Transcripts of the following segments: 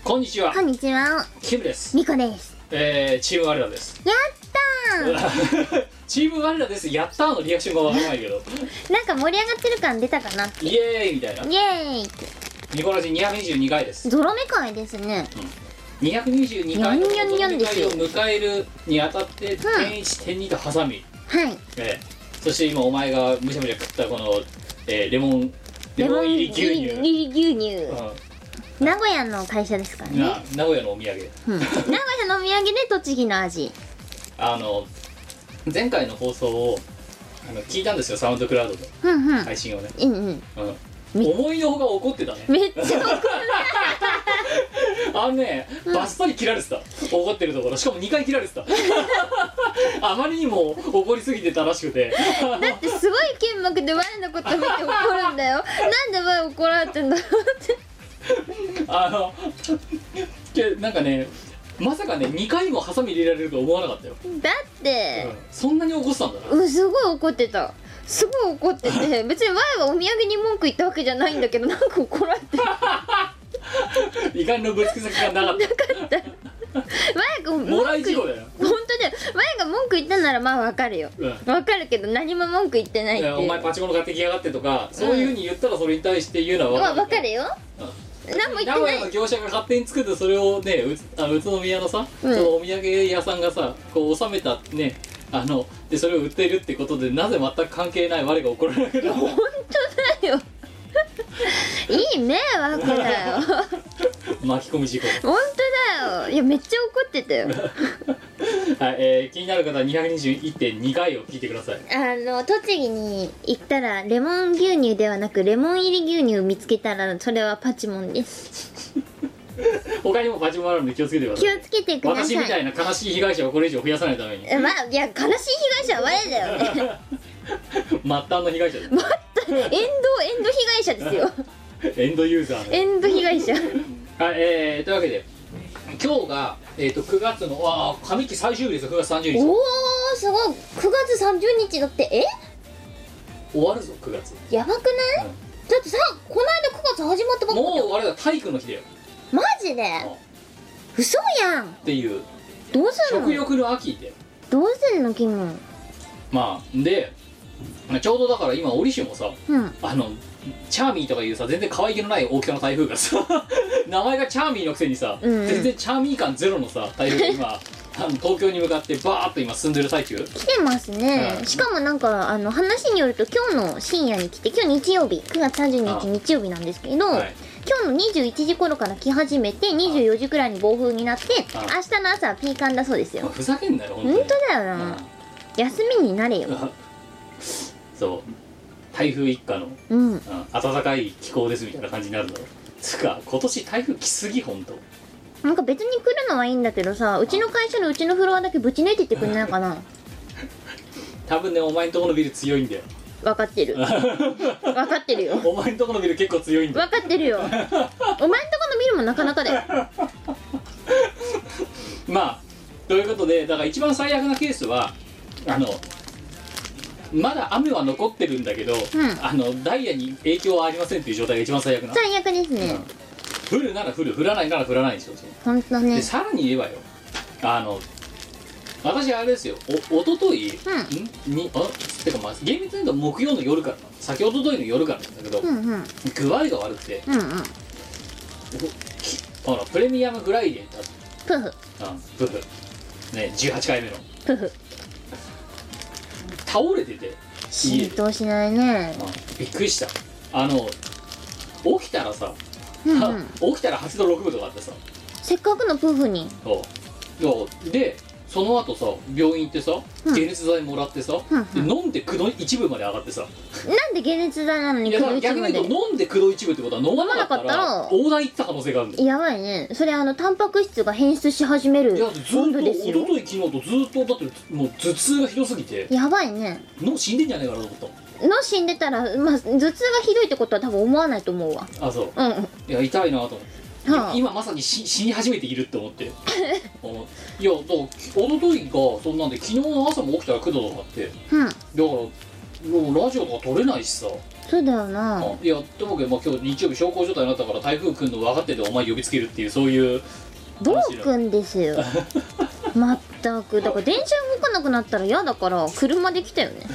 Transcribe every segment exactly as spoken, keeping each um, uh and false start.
こんにちは。 こんにちは。 キムです。 ミコです。 えー、チーム我らです。 やったーチーム我らです。やったーのリアクションがわからないけどなんか盛り上がってる感出たかなって。 イエーイみたいな。 イエーイって。 ミコラジにひゃくにじゅうにかいです。 ゾロ目会ですね、 うん、にひゃくにじゅうにかいのゾロ目会をですよ迎えるにあたって、 ん点いち点にと挟み、 はい、 えー、そして今お前がむしゃむしゃ食ったこの、えー、レモンレモン入り牛乳、 レモン入り牛乳、 うん、 名古屋の会社ですからね。 な名古屋のお土産、 うん、名古屋のお土産で栃木の味。 あの前回の放送をあの聞いたんですよ、サウンドクラウドでうんうん配信をね、 うんうん、 うん、思いのほか怒ってたね。 めっちゃ怒るあのね、 うん、 バッサリ切られてた、怒ってるところ。しかもにかい切られてたあまりにも怒りすぎてたらしくてだってすごい剣幕でワイのこと見て怒るんだよ。なんでワイ怒られてんだろうってあのなんかね、まさかねにかいもハサミ入れられると思わなかったよ。 だって、 うん、そんなに怒ってたんだな。 うん、すごい怒ってた。すごい怒ってて、別にワイはお土産に文句言ったわけじゃないんだけど、なんか怒られてる怒りのぶつけ先がなかったなかったワイがもらい事故だよ。 本当だよ。ワイが文句言ったならまあわかるよ、 うん、 わかるけど何も文句言ってないっていう。 お前パチモノ買ってきやがってとか、そういうふうに言ったらそれに対して言うのはわかる、 わかる、 うん、わかるよ、うん、何も言ってない。 名古屋の業者が勝手に作って、それをね、うあの宇都宮のさ、うん、そのお土産屋さんがさこう収めたね、あのでそれを売っているってことで、なぜ全く関係ない我が怒られなくなる。 本当だよいい迷惑だよ巻き込み事故。 本当だよ。いやめっちゃ怒ってたよはい、えー、気になる方はにひゃくにじゅういってんにかいを聞いてください。 あの栃木に行ったらレモン牛乳ではなくレモン入り牛乳見つけたらそれはパチモンです他にもパチモンあるので気をつけてください。 気をつけてください。 私みたいな悲しい被害者をこれ以上増やさないために。 まあいや悲しい被害者は我だよね末端の被害者です。 末端エンドエンド被害者ですよエンドユーザー、ね、 エンド被害者はい、えー、というわけで今日が、えー、とくがつのあ上期最終日ですよ。くがつさんじゅうにち。 おおすごい。くがつさんじゅうにちだって。え終わるぞくがつ。 やばくない、うん、だってさこの間くがつ始まったばっかり。 もうあれだ、体育の日だよ。 マジで嘘やんっていう。 どうするの。 食欲の秋でどうするのキム。 まあでちょうどだから今折しもさ、 うん、 あのチャーミーとかいうさ全然可愛げのない大きさの台風がさ名前がチャーミーのくせにさ、うんうん、全然チャーミー感ゼロのさ台風が今あの東京に向かってバーッと今進んでる最中。 来てますね、うん、しかもなんかあの話によると今日の深夜に来て、今日日曜日くがつさんじゅうにち日曜日なんですけど、はい、今日のにじゅういちじ頃から来始めてにじゅうよじくらいに暴風になって、明日の朝はピーカンだそうですよ。 ふざけんなよ本当に。 本当だよな、うん、休みになれよそう台風一過の、うん、暖かい気候ですみたいな感じになるだろう。つか今年台風来すぎ本当。 なんか別に来るのはいいんだけどさ、うちの会社のうちのフロアだけぶち抜いてってくんないかな多分ねお前んとこのビル強いんだよ。 分かってる分かってるよ。 お前んとこのビル結構強いんだよ。 分かってるよお前んとこのビルもなかなかだよまあということで、だから一番最悪なケースはあのまだ雨は残ってるんだけど、うん、あのダイヤに影響はありませんっていう状態が一番最悪な。 最悪ですね、 うん、降るなら降る、降らないなら降らないでしょうし。 本当ね。 でさらに言えばよ、あの私あれですよ、おおととい、うん、にあてかまあ厳密に言うと木曜の夜からな、先おとといの夜からなんだけど、うんうん、具合が悪くて、うんうん、ほらプレミアムフライデーだってプフ、 うん、プフね、じゅうはちかいめのプフ倒れてて浸透しないね、 うん、びっくりした。あの起きたらさ、うんうん、起きたらはちどろくぶとかあってさ、 せっかくのプフに。 そうでその後さ病院行ってさ、うん、解熱剤もらってさ、うんうん、で飲んでくど一部まで上がってさ。 なんで解熱剤なのにくど一部まで。 逆に言うと飲んでくど一部ってことは飲まなかったら大台行った可能性があるんだよ。 やばいねそれ。あのタンパク質が変質し始める温度ですよ。 おととい昨日とずっとだってもう頭痛がひどすぎてやばいね。 脳死んでんじゃないかなと思ったの死んでたら、まあ、頭痛がひどいってことは多分思わないと思うわ。 あそう、 うん、 いや痛いなと思って、はあ、今まさに死死に始めているって思っていやだからおとといがそんなんで昨日の朝も起きたらくどとかあって、うん、だからもうラジオとか撮れないしさ。 そうだよな。 あいやともかく、まあ、今日日曜日小康状態になったから台風来るの分かっててお前呼びつけるっていうそういう暴君ですよまったくだから電車動かなくなったら嫌だから車で来たよね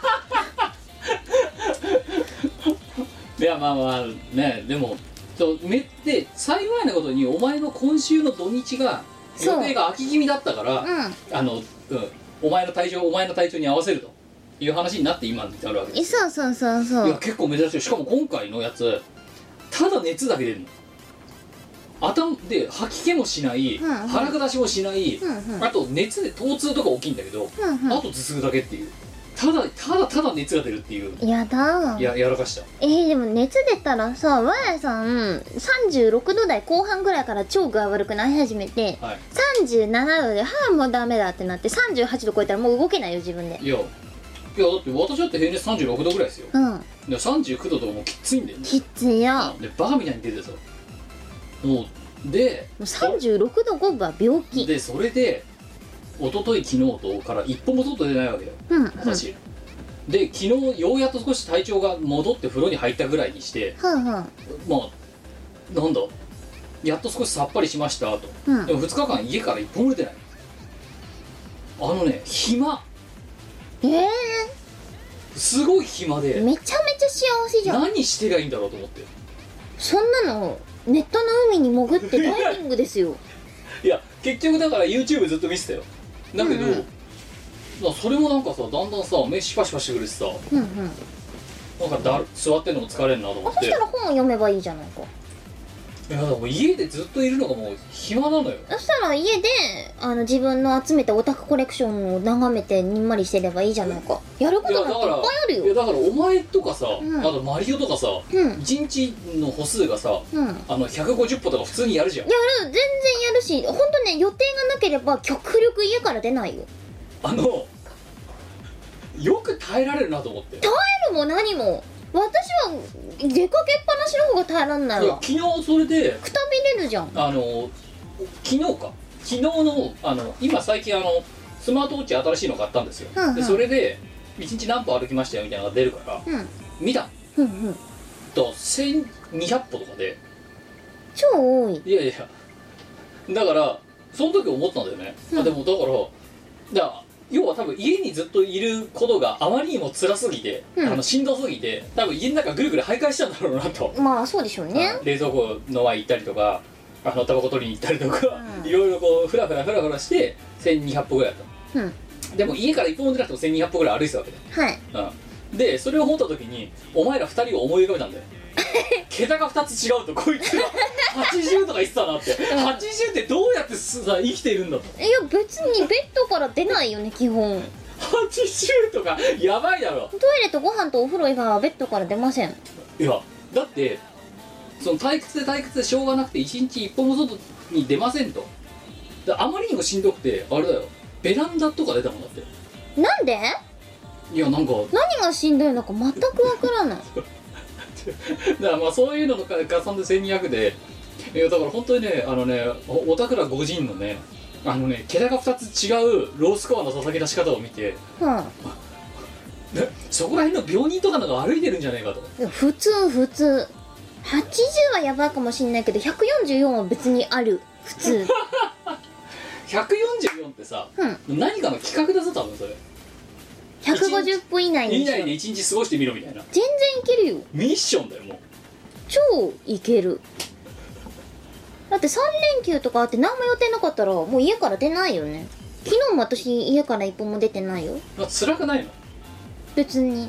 いやまあまあねでもそうめって幸いなことにお前の今週の土日が予定が空き気味だったから、 うんあの、うん、お前の体調お前の体調に合わせるという話になって今になるわけですよ。 そうそうそうそう。 いや結構珍しい。しかも今回のやつただ熱だけ出るの。頭で吐き気もしない、うんうん、腹下しもしない、うんうん、あと熱で疼痛とか起きんだけど、うんうん、あと頭痛だけっていうただただただ熱が出るっていうやだややらかした。 えー、でも熱出たらさわやさんさんじゅうろくど台後半ぐらいから超具合悪くなり始めて、はい、さんじゅうななどではあもうダメだってなってさんじゅうはちど超えたらもう動けないよ自分で。 いやいやだって私だって平熱さんじゅうろくどぐらいですよ。うんでさんじゅうきゅうどとかもうきついんだよね。 きついよ。 でバカみたいに出てさもうでもうさんじゅうろくどごぶは病気でそれで一昨日昨日とから一歩も外出ないわけだよ、うん、私、うんで昨日ようやっと少し体調が戻って風呂に入ったぐらいにして、はあはあ、まあなんだやっと少しさっぱりしましたと、うん、でもふつかかん家から一歩も出てない。あのね暇えー、 すごい暇でめちゃめちゃ幸せじゃん。 何してりゃいいんだろうと思って。 そんなのネットの海に潜ってダイビングですよいや結局だから YouTube ずっと見てたよ。だけど、うんうんそれもなんかさだんだんさ目シパシパしてくるしさ、うんうん、なんかだ座ってんのも疲れんなと思って。 そしたら本を読めばいいじゃないか。 いやだから家でずっといるのがもう暇なのよ。 そしたら家であの自分の集めたオタクコレクションを眺めてにんまりしてればいいじゃないか。やることなんていっぱいあるよ。 いやだからお前とかさ、うん、あとマリオとかさ、うん、いちにちの歩数がさ、うん、あのひゃくごじゅっぽとか普通にやるじゃん。 やる全然やるし、ほんとね予定がなければ極力家から出ないよ。 あのよく耐えられるなと思って。 耐えるも何も私は出かけっぱなしの方が耐えらんないわ。いや昨日それでくたびれるじゃん。 あの昨日か昨日のあの今最近あのスマートウォッチ新しいの買ったんですよ、うんうん、でそれでいちにち何歩歩きましたよみたいなのが出るから、うん、見た、うんうん、とせんにひゃっぽとかで超多い。 いやいやだからその時思ったんだよね、うん、あでもだからだから要は多分家にずっといることがあまりにも辛すぎて、うん、あのしんどすぎて多分家の中ぐるぐる徘徊しちゃうんだろうなと。 まあそうでしょうね。 冷蔵庫の前行ったりとかあのタバコ取りに行ったりとか、うん、いろいろこうフラフラフラフラしてせんにひゃっぽぐらいだった、うん、でも家から一歩も出なくてもせんにひゃっぽぐらい歩いてたわけだよ、はいうん、でそれを思った時にお前らふたりを思い浮かべたんだよ桁がふたつ違うとこいつがはちじゅうとか言ってたなって、うん、はちじゅうってどうやってさ生きているんだと。 いや別にベッドから出ないよね基本。はちじゅうとかやばいだろ。 トイレとご飯とお風呂以外はベッドから出ません。 いやだってその退屈で退屈でしょうがなくて一日一歩も外に出ませんと。あまりにもしんどくてあれだよベランダとか出たもんだって。 なんで？ いやなんか何がしんどいのか全くわからないだからまあそういうのの加算でせんにひゃくで、いやだから本当にねあのね お, おたくらご人のねあのね桁がふたつ違うロースコアの捧げ出し方を見て、うん、そこら辺の病人とかのが歩いてるんじゃないかと。 いや普通普通はちじゅうはやばいかもしんないけどひゃくよんじゅうよんは別にある普通ひゃくよんじゅうよんってさ、うん、何かの企画だぞ多分それ。 ひゃくごじゅっぽ以内に以内でいちにち過ごしてみろみたいな。 全然いけるよ。 ミッションだよもう。 超いける。だってさんれんきゅうとかあって何も予定なかったらもう家から出ないよね。昨日も私家から一歩も出てないよ。 あ辛くないの？ 別に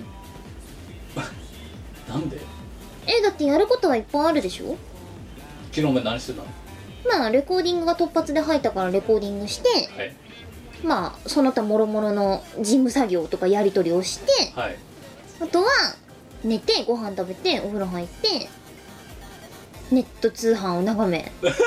なんで？ えだってやることはいっぱいあるでしょ。 昨日お前何してたの？ まあレコーディングが突発で入ったからレコーディングして、はい、まあその他もろもろの事務作業とかやり取りをして、はい、あとは寝てご飯食べてお風呂入ってネット通販を眺め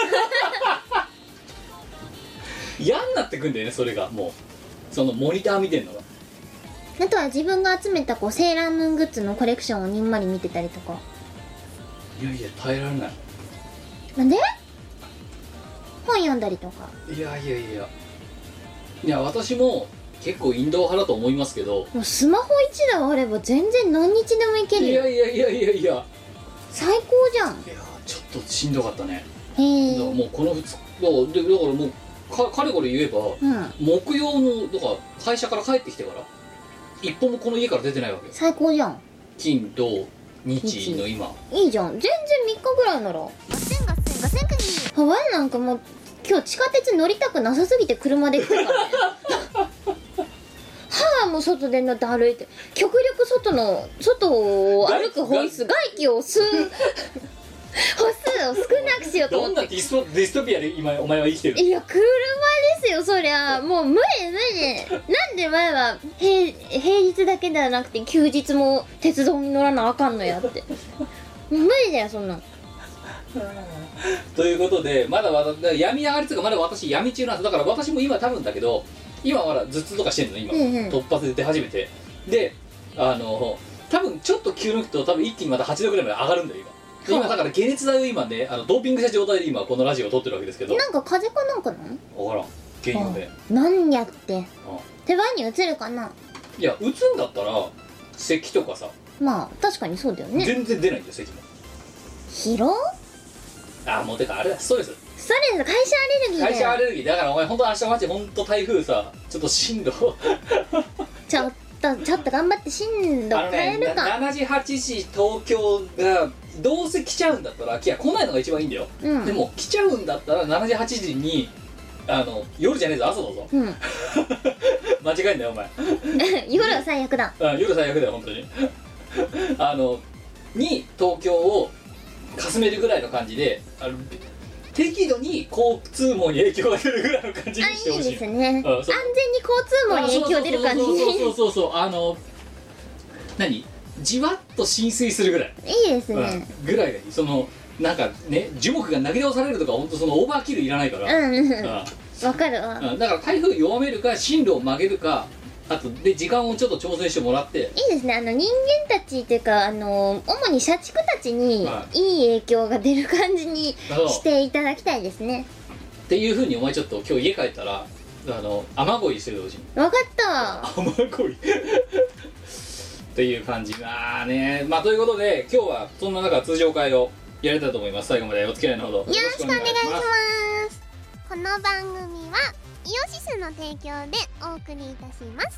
嫌になってくんだよねそれが。もうそのモニター見てんのが。 あとは自分が集めたこうセーラームーングッズのコレクションをにんまり見てたりとか。 いやいや耐えられない。 なんで？本読んだりとか。 いやいやいやいや私も結構インド派だと思いますけど、 もうスマホいちだいあれば全然何日でもいけるいよ。 やいやいやいやいや、 最高じゃん。 いやちょっとしんどかったね。 へえ。 だからもうこのふつかで、だからもうかかれこれ言えば、 うん、 木曜のだから会社から帰ってきてから一歩もこの家から出てないわけよ。 最高じゃん。 金土日の今いいじゃん。全然みっかぐらいなら。ガセンガセンガセンクニー。ハワイなんかもう今日地下鉄乗りたくなさすぎて車で来たからね。はあ、もう外で乗って歩いて極力外の外を歩く本数、外気を吸う歩数を少なくしようとどんな思って。 ディストディストピアで今お前は生きてる。 いや車ですよそりゃ。もう無理無理。なんで前は平平日だけではなくて休日も鉄道に乗らなあかんのやって。無理だよそんなん。 ということでまだわた闇上がりっていうかまだ私闇中なんです。だから私も今多分だけど今まだ頭痛とかしてんの今、 うんうん、 突発で出始めてであの多分ちょっと気を抜くと多分一気にまたはちどぐらいまで上がるんだよ今。で今だから解熱剤を今ねあのドーピングした状態で今このラジオを撮ってるわけですけど、 なんか風邪かなんかなの？ 分からん原因で。 なんやってあ手番に移るかな。 いや打つんだったら咳とかさ、 まあ確かにそうだよね。 全然出ないんだよ咳も。 疲労？ あもうてかあれだストレスストレス、会社アレルギーだよ。 会社アレルギーだからお前本当明日マジ本当台風さちょっと進路ちょっとちょっと頑張って進路あのね変えるか。 ななじはちじ東京がどうせ来ちゃうんだったらいや来ないのが一番いいんだよ、 うん、 でも来ちゃうんだったらしちじはちじにあの夜じゃねえぞ朝だぞ、 うん、 間違いんだよお前夜は最悪だ。 あ夜最悪だよ本当にあのに東京をかすめるぐらいの感じであの適度に交通網に影響が出るぐらいの感じにしてほしい。 あ、いいですね。 うん、 安全に交通網に影響出る感じに。 そうそうそうそうあの何じわっと浸水するぐらいいいですね、 うん、ぐらいがいい。そのなんかね樹木が投げ倒されるとか本当そのオーバーキルいらないから、 うんうん、 うんわかるわ。 うん、だから台風弱めるか進路を曲げるかあとで時間をちょっと調整してもらって。 いいですね。あの人間たちっていうかあの主に社畜たちにはいいい影響が出る感じにしていただきたいですね。 っていうふうにお前ちょっと今日家帰ったらあの雨乞いしてる同時にわかったわ。 雨乞いっていう感じまあねまあということで今日はそんな中通常会をやれたと思います。最後までお付き合いのほどよろよろしくお願いします。 この番組はイオシスの提供でお送りいたします。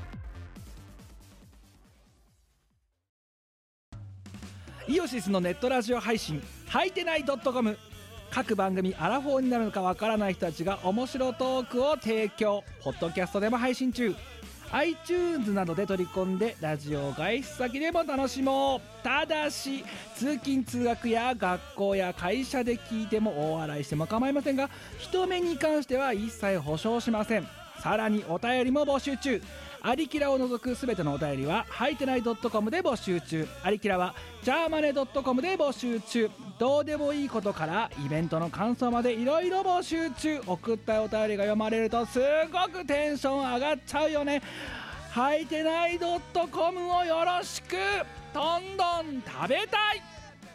イオシスのネットラジオ配信はいてない .com。 各番組アラフォーになるのかわからない人たちが面白トークを提供。ポッドキャストでも配信中。 iTunes などで取り込んでラジオ外出先でも楽しもう。ただし通勤通学や学校や会社で聞いても大笑いしても構いませんが人目に関しては一切保証しません。さらにお便りも募集中。アリキラを除くすべてのお便りははいてない .com で募集中。アリキラはジャーマネ .com で募集中。どうでもいいことからイベントの感想までいろいろ募集中。送ったお便りが読まれるとすごくテンション上がっちゃうよね。はいてない .com をよろしく。どんどん食べたい。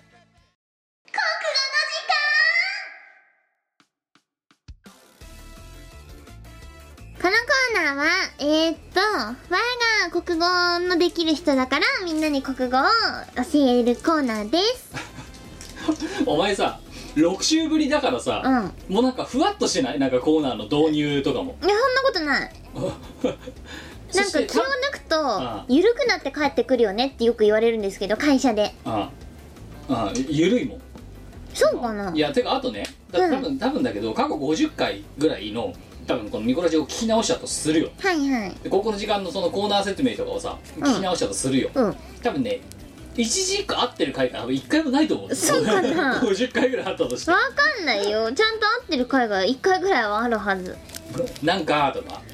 このコーナーはえー、っと我が国語のできる人だからみんなに国語を教えるコーナーです。 お前さろく週ぶりだからさ、 うん、 もうなんかふわっとしてないなんかコーナーの導入とかも。 いやそんなことないなんか気を抜くと緩くなって帰ってくるよねってよく言われるんですけど会社で。 ああああゆるいもん。 そうかな。 いやてかあとねだ多分、うん、多分だけど過去ごじゅっかいぐらいの多分このミコラジを聞き直したとするよ。 はいはい。 でここの時間のそのコーナー説明とかをさ聞き直したとするよ、 うん、 多分ね一時一個合ってる回が多分いっかいもないと思う。 そうかなごじゅっかいぐらいあったとしてわかんないよ。ちゃんと合ってる回がいっかいぐらいはあるはず。 なんかとか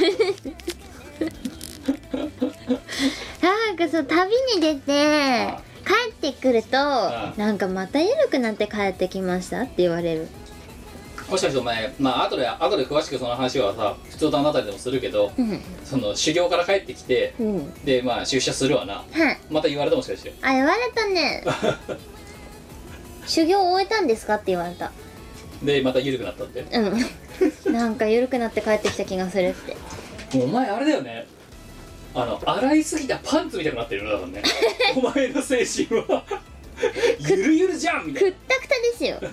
なんかそう旅に出て帰ってくるとなんかまた緩くなって帰ってきましたって言われる。 もしかしてお前まあ後で後で詳しくその話はさ普通とあなたりでもするけど、 うん、 その修行から帰ってきて、うん、でまあ出社するわな、 はい、 また言われたもしかして。 あ言われたね修行終えたんですかって言われた。 でまた緩くなったって。 うんなんか緩くなって帰ってきた気がするって。 お前あれだよね、あの洗いすぎたパンツみたいになってるんだからねお前の精神はゆるゆるじゃんみたいな、 くったくたですよ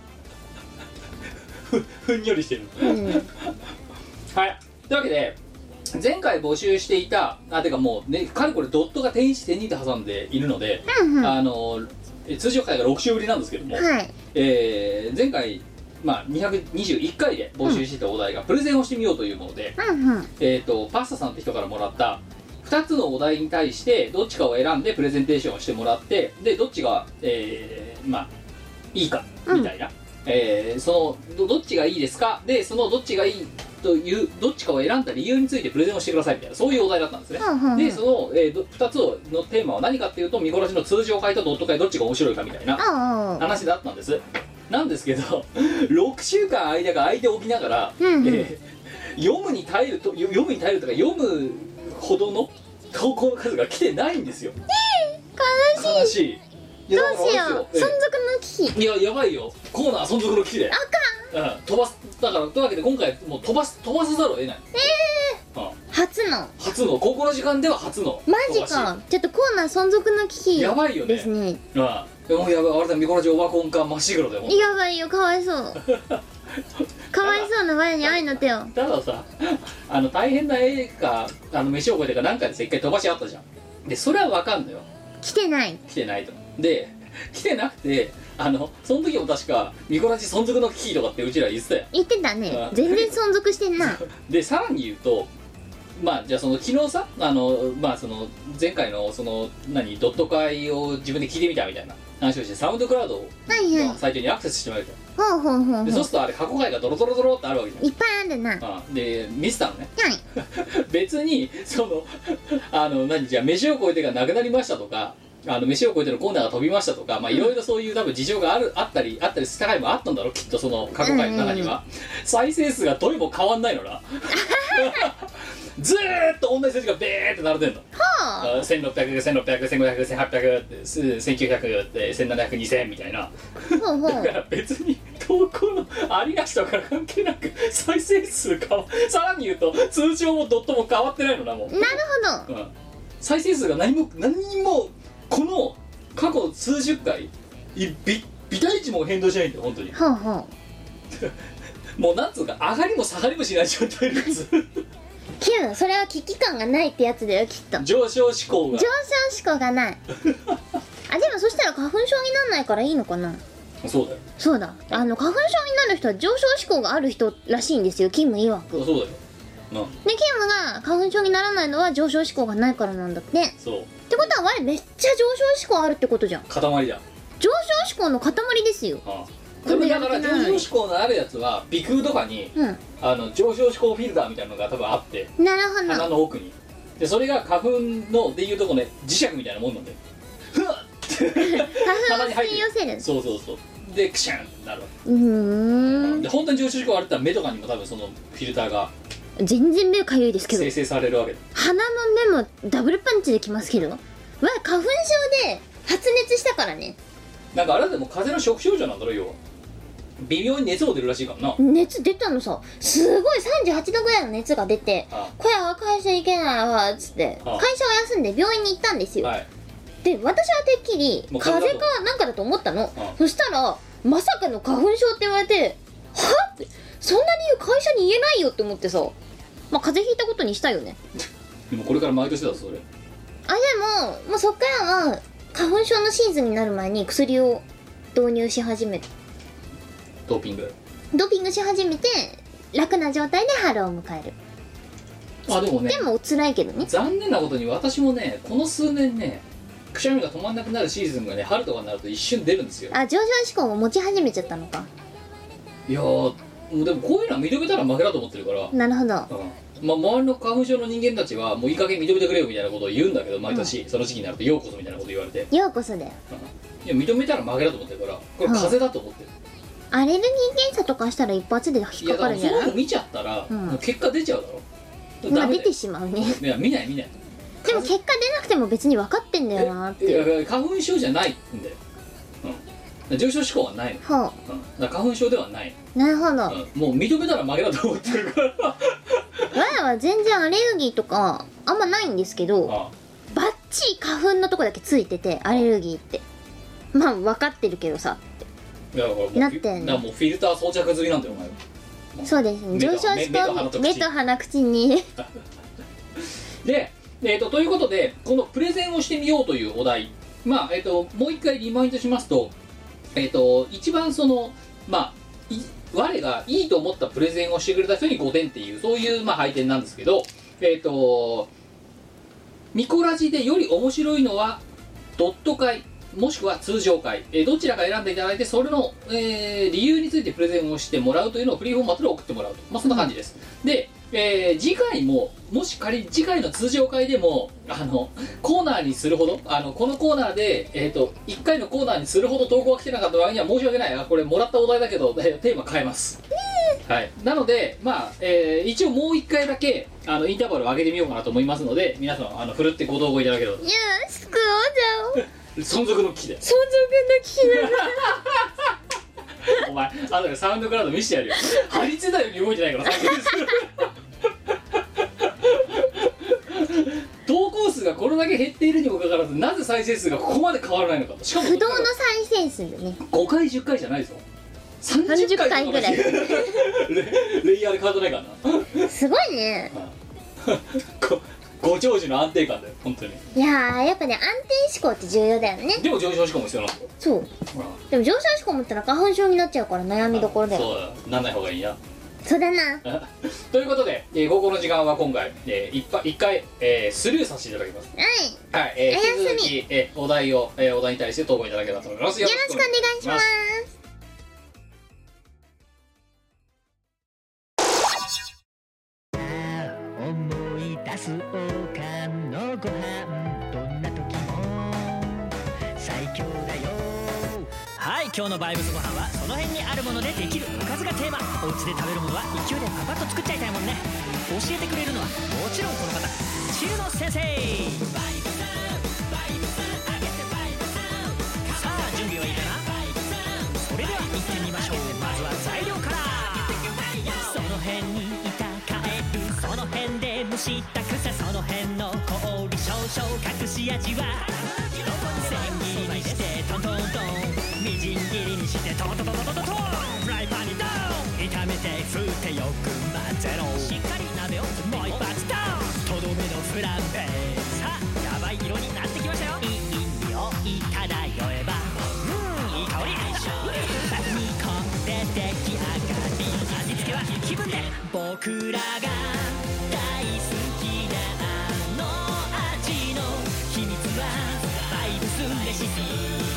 ふ, ふんよりしてる、 うん、 はい。というわけで前回募集していた、あてかもうね、かれこれドットが天一天二と挟んでいるので、 うんうん、 あの通常回がろく週ぶりなんですけども、 はい、 えー前回、まあ、にひゃくにじゅういっかいで募集していたお題がプレゼンをしてみようというもので、 うんうん、 えー、とパスタさんって人からもらったふたつのお題に対してどっちかを選んでプレゼンテーションをしてもらって、でどっちが、えーまあ、いいかみたいな、うん、えーその ど, どっちがいいですかで、そのどっちがいいというどっちかを選んだ理由についてプレゼンをしてくださいみたいな、そういうお題だったんですね、 うんうんうん、 でその、えー、ふたつのテーマは何かっていうと、見殺しの通常回とドット回どっちが面白いかみたいな話だったんです。なんですけどろくしゅうかん間が空いておきながら、 うんうん、 えー、読むに耐えると読むに耐えるとか読むほどの投稿の数が来てないんですよ。 えー、悲しい。 悲しい。いやどうしよう、存続の危機。 いややばいよ、コーナー存続の危機であかん、うん、飛ばす。だからというわけで今回もう飛ばす飛ばさざるを得ない。 えー、うん、初の初のここの時間では初のマジか。ちょっとコーナー存続の危機やばいよねですね。 うん、でもやばい、あれだ、ミコラジオワコンかまっしぐろだよ。 やばいよ、かわいそうかわいそうな我に愛の手を。 たださ、あの大変な映画、あの飯を超えてかなんかでさ一回飛ばしあったじゃん。でそれはわかんのよ、 来てない来てないと。で来てなくて、あのその時も確かミコラジ存続の危機とかってうちら言ってたよ。 言ってたね。全然存続してんなでさらに言うと、まあじゃあその昨日さ、あのまあその前回のその何ドット会を自分で聞いてみたみたいな話をして、サウンドクラウドのサイトにアクセスしてもらうじゃん。 ほうほうほうほう。 でそうするとあれ過去回がドロドロドロってあるわけじゃん。 いっぱいあるな。 あで見せたのね。 はい別にそのあの何じゃあ飯を超えてがなくなりましたとか、あの飯を超えてのコーナーが飛びましたとか、まあいろいろそういう多分事情があるあったりあったりした回もあったんだろう、きっとその過去回の中には、再生数がどれも変わんないのなずーっと同じ数字がベーって並んでんの。 はあ、 せんろっぴゃく、せんろっぴゃく、せんごひゃく、せんはっぴゃく、せんきゅうひゃく、せんななひゃく、にせんみたいな。 ほうほうだから別に投稿のありなしとか関係なく再生数変わ、さらに言うと通常もドットも変わってないのな、もう。 なるほど、 うん、再生数が何も何もこの過去数十回いび微体値も変動しないんだよ本当に。 ほうほうもうなんつうか上がりも下がりもしない状態ですキュン、それは危機感がないってやつだよ、きっと。 上昇志向が上昇志向がないあ、でもそしたら花粉症になんないからいいのかな。 そうだよ。 そうだ、あの花粉症になる人は上昇志向がある人らしいんですよ、キム曰く。 そうだよ。なで、キムが花粉症にならないのは上昇志向がないからなんだって。 そうってことは我めっちゃ上昇志向あるってことじゃん。 塊だ。 上昇志向の塊ですよ。 ああでもだから上昇志向のあるやつは鼻腔とかに、 うん、 あの上昇志向フィルターみたいなのが多分あって、 なるほど、 鼻の奥に。でそれが花粉のでいうとこね、磁石みたいなもんなんでふわっって花粉を吸い寄せる。 そうそうそう。でクシャンってなるわけ。 うーん。 で本当に上昇志向あるったら目とかにも多分そのフィルターが全然目かゆいですけど生成されるわけで、 鼻の目もダブルパンチできますけど、わ花粉症で発熱したからね。 なんかあれでも風邪の初期症状なんだろ、要は微妙に熱も出るらしいからな。 熱出たのさ、すごいさんじゅうはちどぐらいの熱が出て、 ああこれは会社行けないわっつってああ会社を休んで病院に行ったんですよ、 はい、 で私はてっきりもう風風邪だと邪かなんかだと思ったの。 ああそしたらまさかの花粉症って言われて、はってそんな理由会社に言えないよって思ってさ、まあ風邪ひいたことにしたよねでもこれから毎年だぞそれ。 あ、でも、もうそっからは花粉症のシーズンになる前に薬を導入し始めて、 ドーピングドーピングし始めて楽な状態で春を迎える。 あでもねでも辛いけどね。 残念なことに私もねこの数年ねくしゃみが止まんなくなるシーズンがね春とかになると一瞬出るんですよ。 あ、上昇志向も持ち始めちゃったのか。 いやーもうでもこういうのは認めたら負けだと思ってるから、 なるほど。 うんまあ、周りの花粉症の人間たちはもういい加減認めてくれよみたいなことを言うんだけど毎年、うん、その時期になるとようこそみたいなこと言われて、 ようこそだよ、 うん、いや認めたら負けだと思ってるからこれ風邪だと思ってる、 うん、アレルギー検査とかしたら一発で引っかかるんじゃない？ いやだからそういうの見ちゃったら、うん、もう結果出ちゃうだろ。 まあ出てしまうね。 いや見ない見ない。 でも結果出なくても別に分かってんだよなって。 いや花粉症じゃないんだよ、 上昇志向はないの、 ほう、 うん、だから花粉症ではない、 なるほど、うん、 もう認めたら負けだと思ってるから我は全然アレルギーとかあんまないんですけど、ああバッチリ花粉のとこだけついてて、アレルギーってまあ分かってるけどさってなってんの。 だからもうフィルター装着済みなんだよお前は。 そうですね、上昇志向目と鼻口にで、えーと、ということでこのプレゼンをしてみようというお題、まあえーと、もう一回リマインドしますと、えーと、一番そのまあ我がいいと思ったプレゼンをしてくれた人にごてんっていうそういうまあ配点なんですけど、えーとミコラジでより面白いのはドット会もしくは通常会、えー、どちらか選んでいただいてそれの、えー、理由についてプレゼンをしてもらうというのをフリーフォーマットで送ってもらうと、まあ、そんな感じです、うん、で、えー、次回ももし仮に次回の通常会でもあのコーナーにするほどあのこのコーナーで、えー、といっかいのコーナーにするほど投稿が来てなかった場合には申し訳ない、あこれもらったお題だけど、えー、テーマ変えます、はい、なので、まあえー、一応もういっかいだけあのインターバルを上げてみようかなと思いますので皆さんあの振るってご投稿いただければと。 よし、救おうじゃお存続の危機で存続の危機だお前あとからサウンドクラウド見せてやるよ張り付いたように動いてないから投稿数がこれだけ減っているにもかかわらずなぜ再生数がここまで変わらないのかと。しかも不動の再生数でねごかいじゅっかいじゃないぞさんじゅっかいぐらいレ, レイヤーで変わってないからなすごいねご長寿の安定感だよ本当に。 いやーやっぱね安定志向って重要だよね。 でも上昇志向も必要なんだよ。 そう、でも上昇志向持ったら花粉症になっちゃうから悩みどころだよ。 そうだ、なんない方がいいな。 そうだなということで、えー、高校の時間は今回、えー、いっかい、えー、スルーさせていただきます。 はい、 はい、えー、引き続き、えー、お題を、えー、お題に対して投稿いただければと思います。 よろしくお願いします。 思い出すおかんのご飯どんな時も最強だよ。はい、今日のバイブスご飯はその辺にあるものでできるおかずがテーマ。お家で食べるものは勢いでパパッと作っちゃいたいもんね。教えてくれるのはもちろんこの方チルノ先生。バイブスバイブスあげてバイブス。さあ準備はいいかな。それでは行ってみましょう。まずは材料から。その辺にいたカエル、その辺で蒸した草、その辺の氷少々隠し味は千切りにしてトントントン、みじん切りにしてトントントントントントン、フライパンにドーン、炒めて振ってよく混ぜろ。しっかり鍋をもう一発ドーン、とどめのフランベ。さあやばい色になってきましたよ。いい匂い漂えば、うん、いい香り。煮込んで出来上がり、味付けは気分で。僕らが大好きなあの味の秘密はバイブスレシピ。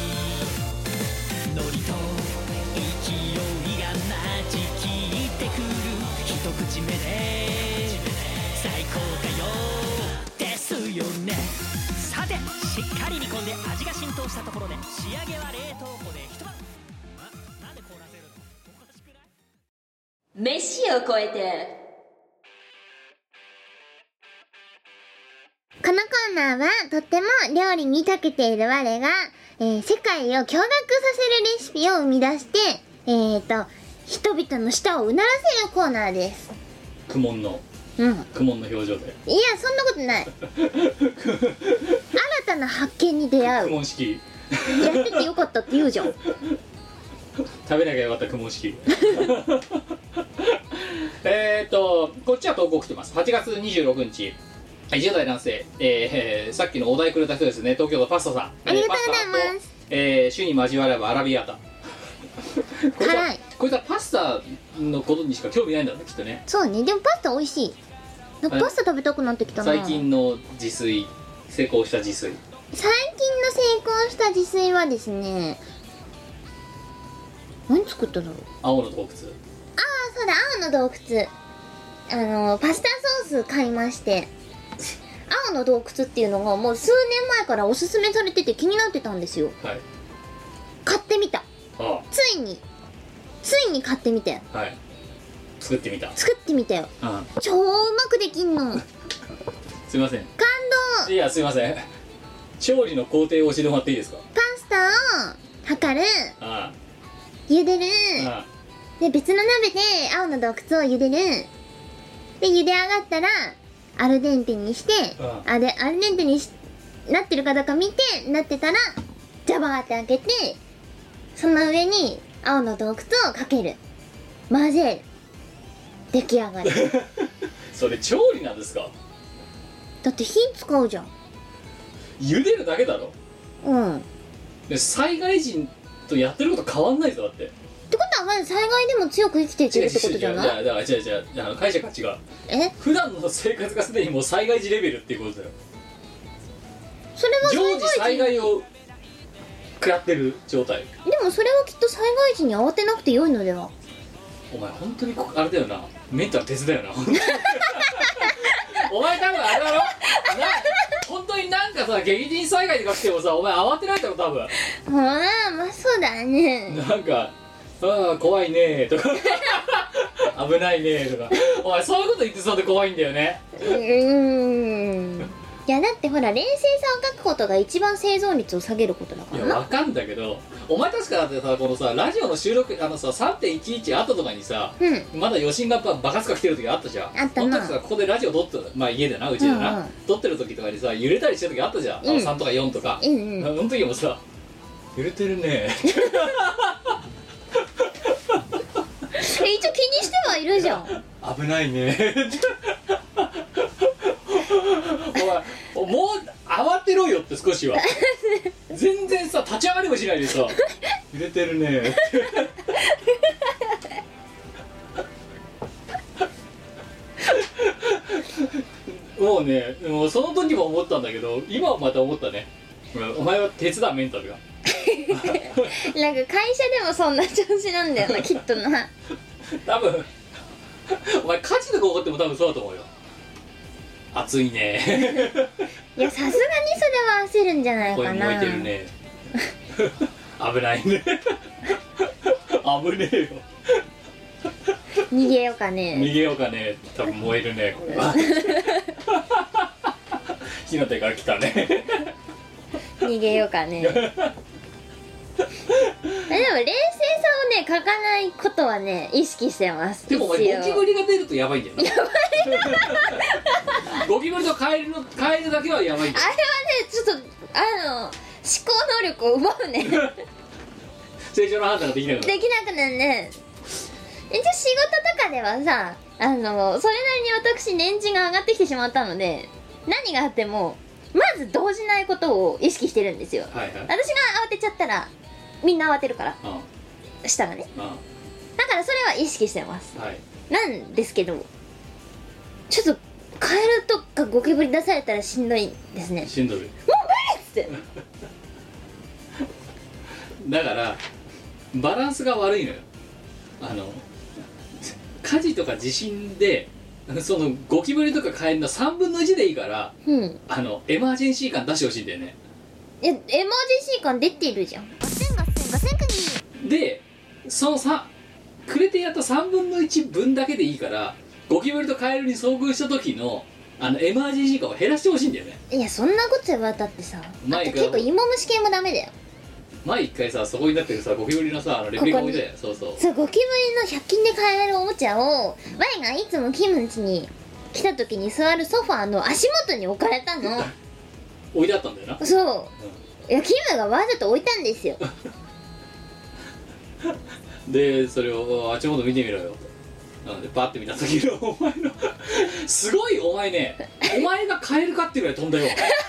海苔と勢いがなじきってくる一口目で最高だよですよね。さてしっかり煮込んで味が浸透したところで仕上げは冷凍庫で一晩。なんで凍らせるの？おかしくない？ 飯を超えて。このコーナーはとっても料理に長けている我が、えー、世界を驚愕させるレシピを生み出してえーと人々の舌をうならせるコーナーです。 苦悶のうん苦悶の表情で。 いやそんなことない新たな発見に出会う。 苦悶式やっててよかったって言うじゃん食べなきゃよかった苦悶式えっとこっちは投稿来てます。はちがつにじゅうろくにちじゅう代男性、えー、さっきのお題くれた人ですね。東京都パスタさん、 ありがとうございます。 えー、主に交わればアラビアータこいつは辛い。 こいつはパスタのことにしか興味ないんだねきっとね。 そうね、でもパスタ美味しい。なんかパスタ食べたくなってきたな。 最近の自炊、成功した自炊。 最近の成功した自炊はですね、何作っただろう。 青の洞窟。 ああそうだ、青の洞窟。あのパスタソース買いまして青の洞窟っていうのがもう数年前からおすすめされてて気になってたんですよ。 はい。 買ってみた。 ああついについに買ってみて。 はい。作ってみた。 作ってみたよ。 ああ超うまくできんのすいません。 感動。 いやすいません調理の工程を教えてもらっていいですか。 パスタを測る、 あ茹でる、 あで別の鍋で青の洞窟を茹でる、で茹で上がったらアルデンテにして、 うんあでアルデンテにしなってるかどうか見て、なってたらジャバーって開けて、その上に青の洞窟をかける、混ぜる、出来上がりそれ調理なんですか？ だって火使うじゃん。 茹でるだけだろ。 うん。 で災害時とやってること変わんないぞだって。 ってことはまず災害でも強く生きていけるってことじゃない？ 違う違う違うだから違う違うあの解釈が違う。 え？ 普段の生活がすでにもう災害時レベルっていうことだよ。 それは常時災害を食らってる状態。 でもそれはきっと災害時に慌てなくて良いのでは？ お前本当にこあれだよな、メンタル鉄だよなお前多分あれだろな、本当になんかさ激甚災害とか来てもさお前慌てないだろ多分。 ほらまあそうだね。 なんかああ怖いねとか危ないねとかお前そういうこと言ってそうで怖いんだよね。 うーん。いやだってほら冷静さを書くことが一番生存率を下げることだからな。 いやわかんだけどお前確かだってさこのさラジオの収録あのさ さんてんいちいち 後とかにさ、 うん。 まだ余震がバカスカ来てる時あったじゃん。 あったなその時さここでラジオ撮ってまあ家でなうちでな、 うんうん撮ってる時とかにさ揺れたりしてる時あったじゃん、 うんあのさんとかよんとか、 うんうん。 その時もさ揺れてるねえ一応気にしてはいるじゃん。 危ないねお前もう慌てろよって少しは全然さ立ち上がりもしないでさ揺れてるねもうねもうその時も思ったんだけど今はまた思ったね。お前は鉄だメンタルがなんか会社でもそんな調子なんだよなきっとな。 多分お前火事とか起こっても多分そうだと思うよ。暑いねいやさすがにそれは焦るんじゃないこれかな。 燃えてるね危ないね危ねえよ逃げようかね。 逃げようかね。多分燃えるねこれは火の手から来たね逃げようかね。でも冷静さをね書かないことはね意識してます。 でもお前一応ゴキブリが出るとやばいんだよな。やばいゴキブリとカエルのカエルだけはやばいんだよ。 あれはねちょっとあの思考能力を奪うね正常な判断ができないのできなくなるね。一応仕事とかではさあのそれなりに私年次が上がってきてしまったので何があってもまず動じないことを意識してるんですよ。 はいはい。 私が慌てちゃったらみんな慌てるからあしたらね。 あだからそれは意識してます。 あはい。 なんですけどちょっとカエルとかゴキブリ出されたらしんどいですね。 しんどい。 つってだからバランスが悪いのよ。あの火事とか地震でそのゴキブリとかカエルのさんぶんのいちでいいからうんあのエマージェンシー感出してほしいんだよね。 えエマージェンシー感出てるじゃん。 ガセンガセンガセンクニー。 でそのさくれてやったさんぶんのいちぶんだけでいいからゴキブリとカエルに遭遇した時のあのエマージェンシー感を減らしてほしいんだよね。 いやそんなこと言われたってさあと前が結構芋虫系もダメだよ。 前一回さそこになってるさゴキブリのさあのレプリカ置いたよ。そうそうそうゴキブリのひゃく均で買えるおもちゃをワイがいつもキムチに来た時に座るソファーの足元に置かれたの置いてあったんだよな。 そういやキムがわざと置いたんですよでそれを足元見てみろよなのでパッて見た時のお前のすごいお前ねお前がカエルかっていうぐらい飛んだよ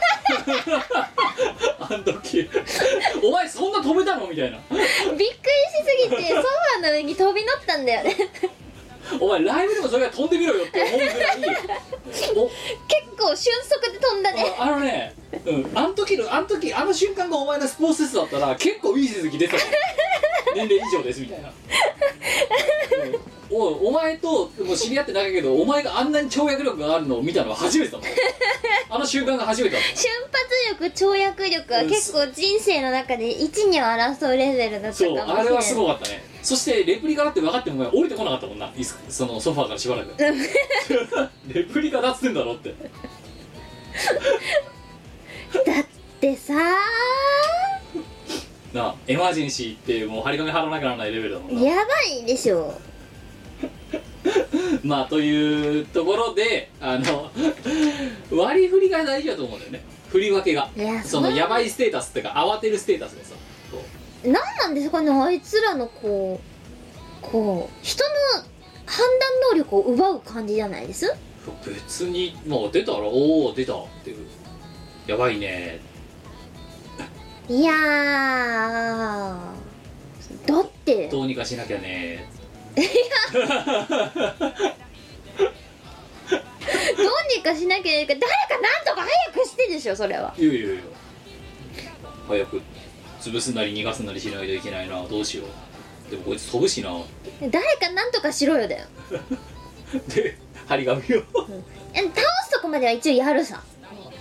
あの時お前そんな飛べたのみたいなびっくりしすぎてソファーの上に飛び乗ったんだよねお前ライブでもそれが飛んでみろよって思うぐらいお結構瞬足で飛んだねあのね、うん、あの時のあの時あの瞬間がお前のスポーツテストだったら結構いい成績出てたの年齢以上ですみたいな、うん、お, お前ともう知り合ってないけどお前があんなに跳躍力があるのを見たのは初めてだもんあの瞬間が初めてだもん。 瞬発力跳躍力は結構人生の中で一には争うレベルだったかもしれない。 そうあれはすごかったね。そしてレプリカだって分かっても降りてこなかったもんな、そのソファーからしばらくレプリカだっつってんだろってだってさなエマージェンシーってもう張り紙貼らなきゃならないレベルだもんな。 やばいでしょ。 まあというところであの割り振りが大事だと思うんだよね。振り分けがいやそのやばいステータスっていうか慌てるステータスでさ、 なんなんですかね、あいつらのこうこう人の判断能力を奪う感じじゃないです？ 別にもう出たらおお出たっていうやばいね。 いやーだってどうにかしなきゃね。 どうにかしなきゃいけないから誰かなんとか早くしてでしょそれは。 いやいやいや早く潰すなり逃がすなりしないといけないな。どうしよう。でもこいつ飛ぶしな。 誰かなんとかしろよだよ。 で張り紙を、うん、 倒すとこまでは一応やるさ。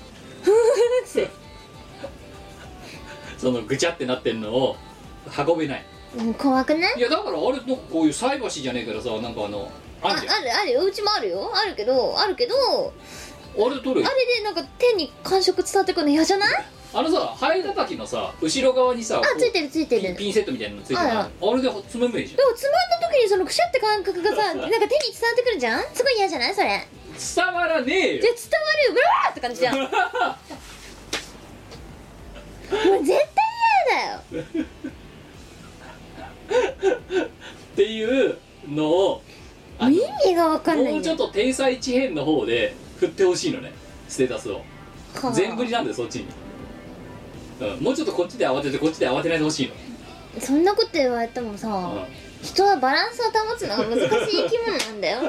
そのぐちゃってなってんのを運べない。 うん、怖くない？ いやだからあれなんかこういう菜箸じゃねえからさ、なんかあのあるじゃん。 あ、あるあるよ、うちもあるよ、あるけどあるけどあれ取る。 あれでなんか手に感触伝わってくるの嫌じゃない？ あのさハエ叩きのさ後ろ側にさあついてるついてるピン、ピンセットみたいなのついてる。 あああれでつまめばいいじゃん。 でもつまんだ時にそのくしゃって感覚がさなんか手に伝わってくるじゃん。すごい嫌じゃないそれ。 伝わらねえよ。 じゃ伝わるよ、ブラーって感じじゃん。もう絶対嫌だよ。 っていうのを意味が分かんないんだよ。 もうちょっと天才地変の方で振ってほしいのね、ステータスを。全振りなんだよそっちに、うん、もうちょっとこっちで慌ててこっちで慌てないでほしいの。 そんなこと言われてもさ、うん、人はバランスを保つのが難しい生き物なんだよ。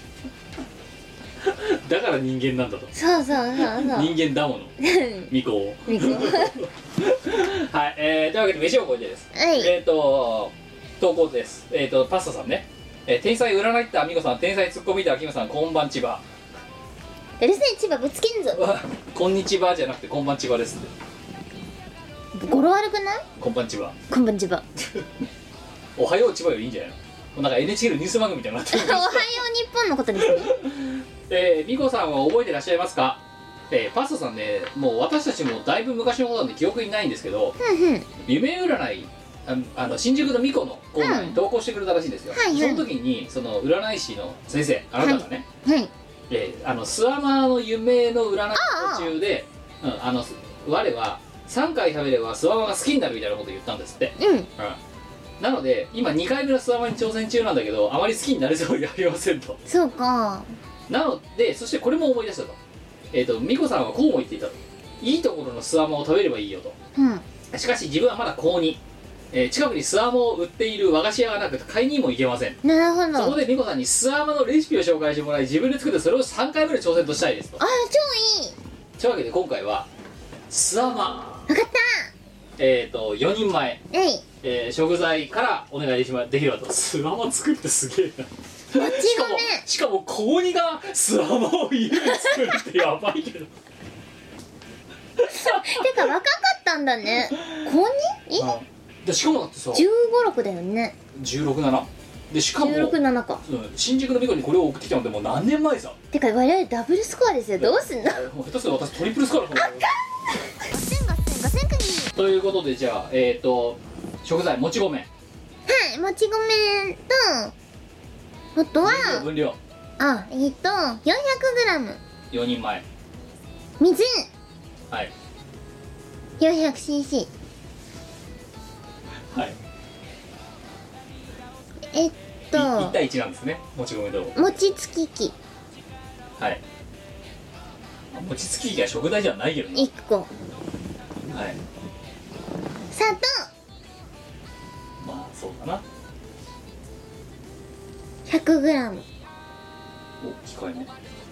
だから人間なんだと。 そうそうそうそう人間だものミコをミコはい、えー、というわけで飯を超えてです、 はい、 えっ、ー、と投稿です。えっ、ー、とパスタさんね、えー、天才占いってアミコさん、天才ツッコミってアキムさん、こんばんちば。 うるせえ千葉ぶつけんぞ。 こんにちはじゃなくてこんばんちばですって。 語呂悪くない？ こんばんちは。 こんばんちは。 おはよう千葉よりいいんじゃないの。もうなんか エヌエイチケー のニュース番組みたいになってる。 おはよう日本のことですね。 えー、ミコさんは覚えてらっしゃいますか？えー、パスタさんね、もう私たちもだいぶ昔のことなんで記憶にないんですけど、 うんうん、 夢占い あ, あの新宿のミコのコーナーに投稿してくれたらしいんですよ、 はいはい、 その時にその占い師の先生、あなたがね、 はいはい、 えー、あのスワマの夢の占い途中でああ、うん、あの我はさんかい食べればスワマが好きになるみたいなことを言ったんですって、うんうん、なので今にかいめのスワマに挑戦中なんだけど、あまり好きになれそうにありませんと。 そうか。 なので、そしてこれも思い出したと、えーと、ミコさんはこうも言っていたと。いいところのスワマを食べればいいよと、うん、しかし自分はまだ高に、えー、近くにスワマを売っている和菓子屋がなく買いにも行けません。 なるほど。 そこでミコさんにスワマのレシピを紹介してもらい、自分で作ってそれをさんかいめの挑戦としたいですと。 ああ超いい。 というわけで今回はスワマ、 分かった。 えっ、ー、とよにんまえ、 えい、 えー、食材からお願いしまできればと。スワマ作ってすげえな。 もち米。 しかもしかも高にがスワマを家で作るってやばいけど。 てか若かったんだね。高に？ あでしかもだってさじゅうご、ろくだよね。 じゅうろく、ななで、しかもじゅうろく、ななか、 うん、新宿のミコにこれを送ってきたのでもう何年前さ。 てか我々ダブルスコアですよ。どうすんの？ もう下手すると私トリプルスコアだと思う。 ガセンガセンガセンクニー。 ということでじゃあえっ、ー、と食材もち米、 はい、もち米とあとは分量あえっ、ー、と よんひゃくグラムよにんまえ、 水はいよんひゃくシーシーはいえっといち対いちなんですね、もち米と餅つき器、 はい。餅つき器が食材じゃないけどね。 いっこ、 はい。 砂糖まあそうだな。 ひゃくグラム、 お、控えめ。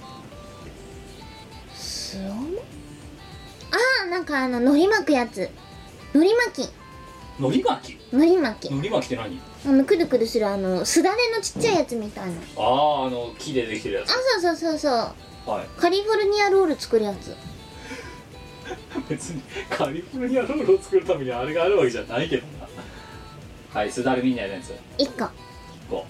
すおもあーなんかあの海苔巻くやつ、海苔巻き海苔巻き海苔巻き海苔巻きって何？ あのくるくるするあのすだれのちっちゃいやつみたいな。 ああ、あの木でできてるやつ。 あそうそうそうそう、 はい、 カリフォルニアロール作るやつ。 別にカリフォルニアロールを作るためにあれがあるわけじゃないけどな。はい、すだれみたいなやついっこ、 いっこ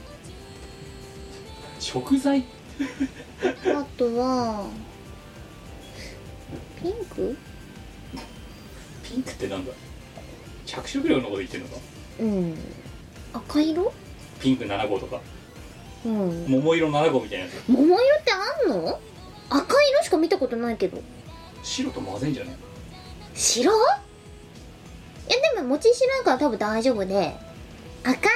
食材あとはピンクピンクってなんだ？ 着色料のこと言ってるのか。 うん赤色ピンクなな号とか、 うん、 桃色なな号みたいなやつ。 桃色ってあんの？赤色しか見たことないけど。 白と混ぜんじゃね？ 白？いやでも餅白いから多分大丈夫で、赤色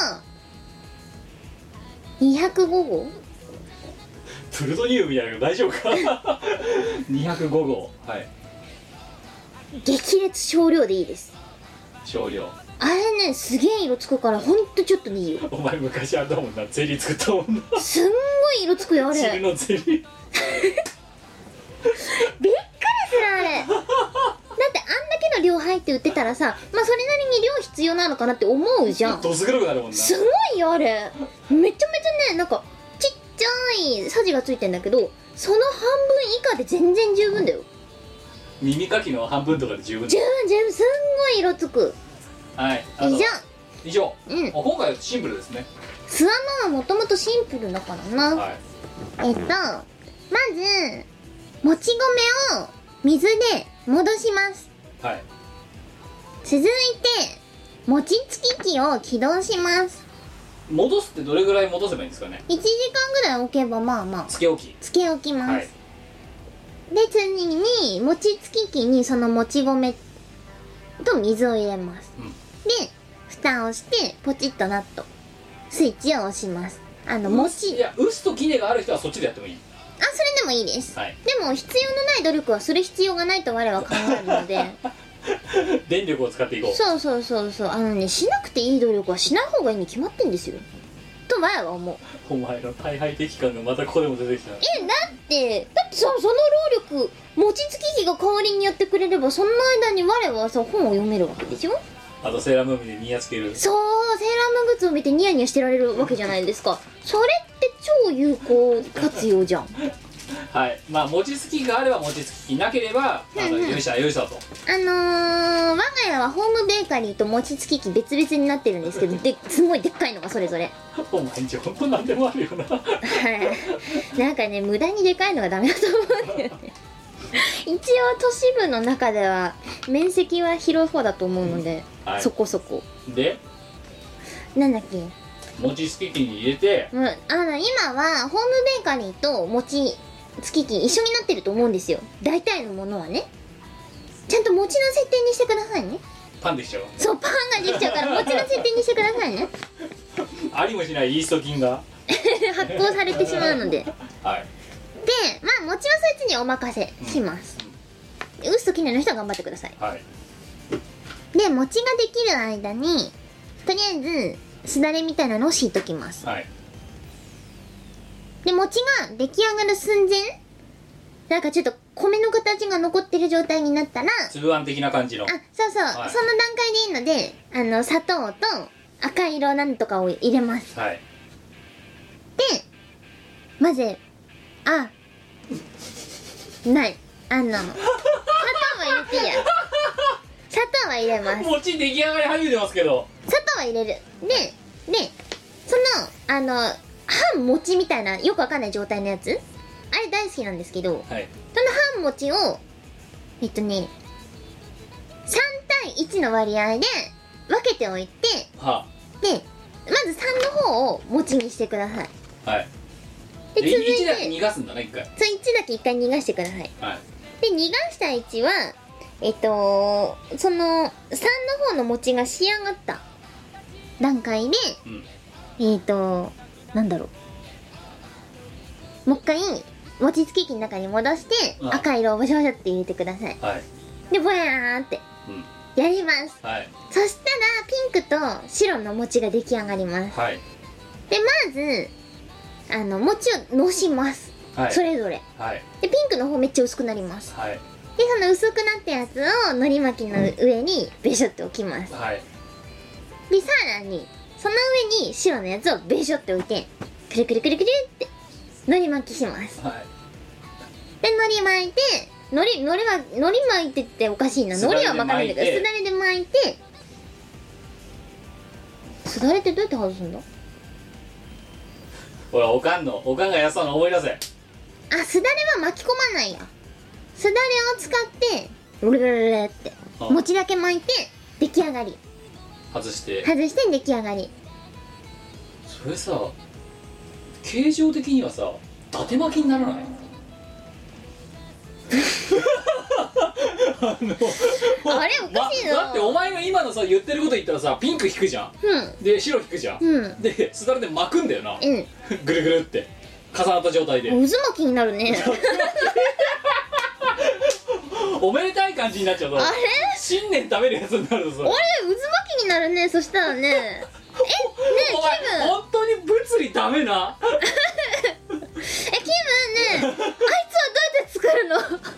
にひゃくご号プルトニウムみたいなの大丈夫かにひゃくご号、はい、 激烈少量でいいです。 少量あれねすげえ色つくからほんとちょっとでいいよ。 お前昔あれだもんな、ゼリー作ったもんな。 すんごい色つくよあれ。 汁のゼリーびっくりするあれ。だってあんだけの量入って売ってたらさ、まあそれなりに量必要なのかなって思うじゃん。 どす黒くなるもんな。 すごいよあれ。めちゃめちゃね、なんかちっちゃいさじがついてんだけど、その半分以下で全然十分だよ。 耳かきの半分とかで十分だ。 十分十分、すんごい色つく。 はい、 以上以上、 うん、 今回はシンプルですね。 巣穴はもともとシンプルだからな、はい、えっとまずもち米を水で戻します。はい。続いて餅つき機を起動します。 戻すってどれぐらい戻せばいいんですかね？ いちじかんぐらい置けばまあまあつけ置きつけ置きます、はい、で次に餅つき機にそのもち米と水を入れます、うん、で蓋をしてポチッとナットスイッチを押します。あの餅、 いやウスとキネがある人はそっちでやってもいい。 あ、それでもいいです、はい、でも必要のない努力はする必要がないと我は考えるので電力を使っていこう。 そうそうそうそう、あのね、しなくていい努力はしない方がいいに決まってんですよと我は思う。 お前の大敗的感がまたここでも出てきた。 え、だってだってさ、その労力餅つき機が代わりにやってくれればその間に我はさ本を読めるわけでしょ。 あとセーラームーンでニヤつける。 そう、セーラームーングッズを見てニヤニヤしてられるわけじゃないですか。それって超有効活用じゃんはい、まあ餅つきがあれば餅つきなければ、うんうん、あのよいしょよいしょと。 あのー、我が家はホームベーカリーと餅つき機別々になってるんですけどですごいでっかいのがそれぞれ。 お前んちほんとなんでもあるよなはいなんかね、無駄にでかいのがダメだと思うんだよね一応都市部の中では面積は広い方だと思うので、はい、そこそこでなんだっけ、 餅つき機に入れて、 うん、あの今はホームベーカリーと餅つき機一緒になってると思うんですよ、大体のものはね。ちゃんと餅の設定にしてくださいね。 パンできちゃう。 そう、パンができちゃうから餅の設定にしてくださいねありもしないイースト菌が発酵されてしまうのではい。 で、まあ餅はそいつにお任せします、うんうん、ウスとキネの人は頑張ってください。はい。で、餅ができる間にとりあえずすだれみたいなのを敷いときます。はい。で、餅が出来上がる寸前、なんかちょっと米の形が残ってる状態になったら、 粒あん的な感じの、 あ、そうそう、はい、その段階でいいので、あの砂糖と赤色なんとかを入れます。はい。で、まずあないあの砂糖は入れていいや砂糖は入れます。 餅出来上がり始めてますけど砂糖は入れる。で、で、そのあの半餅みたいなよくわかんない状態のやつ、あれ大好きなんですけど、はい、その半餅をえっとねさんたいいちの割合で分けておいて、はあ、でまずさんの方を餅にしてください。はい。で続いていちだけ逃がすんだね、いっかい。そう、いちだけいっかい逃がしてください。はい。で逃がしたいちはえっとそのさんの方の餅が仕上がった段階で、うん、えっとなんだろう、もう一回餅つき機の中に戻して赤色をバシャバシャって入れてください。はい。でボヤーって、うん、やります。はい。そしたらピンクと白の餅が出来上がります。はい。でまずあの餅をのします、はい、それぞれ、はい、でピンクの方めっちゃ薄くなります、はい、でその薄くなったやつを海苔巻きの上にベショって置きます、はい、でさらにその上に白のやつをベショって置いてくるくるくるくるって海苔巻きします、はい、で海苔巻いて海苔海苔は海苔巻いてっておかしいな、海苔は巻かないんだけどすだれで巻いて、すだれってどうやって外すんだ。 ほら、おかんのおかんがやったの思い出せ。 あ、すだれは巻き込まないや。すだれを使ってルルルルって餅だけ巻いて出来上がり。 外して外して出来上がり。 それさ形状的にはさ伊達巻きにならないあのあれおかしいな、 ま、だってお前が今のさ言ってること言ったらさピンク引くじゃん、 うん、 で白引くじゃん、 うん、 ですだれで巻くんだよな、 うん、 ぐるぐるって重なった状態で渦巻きになるねおめでたい感じになっちゃうとあれ新年食べるやつになるとさあれ渦巻きになるね。そしたらねえねえお前キム本当に物理ダメなえキムねあいつはどうやって作るのあのよくわかんない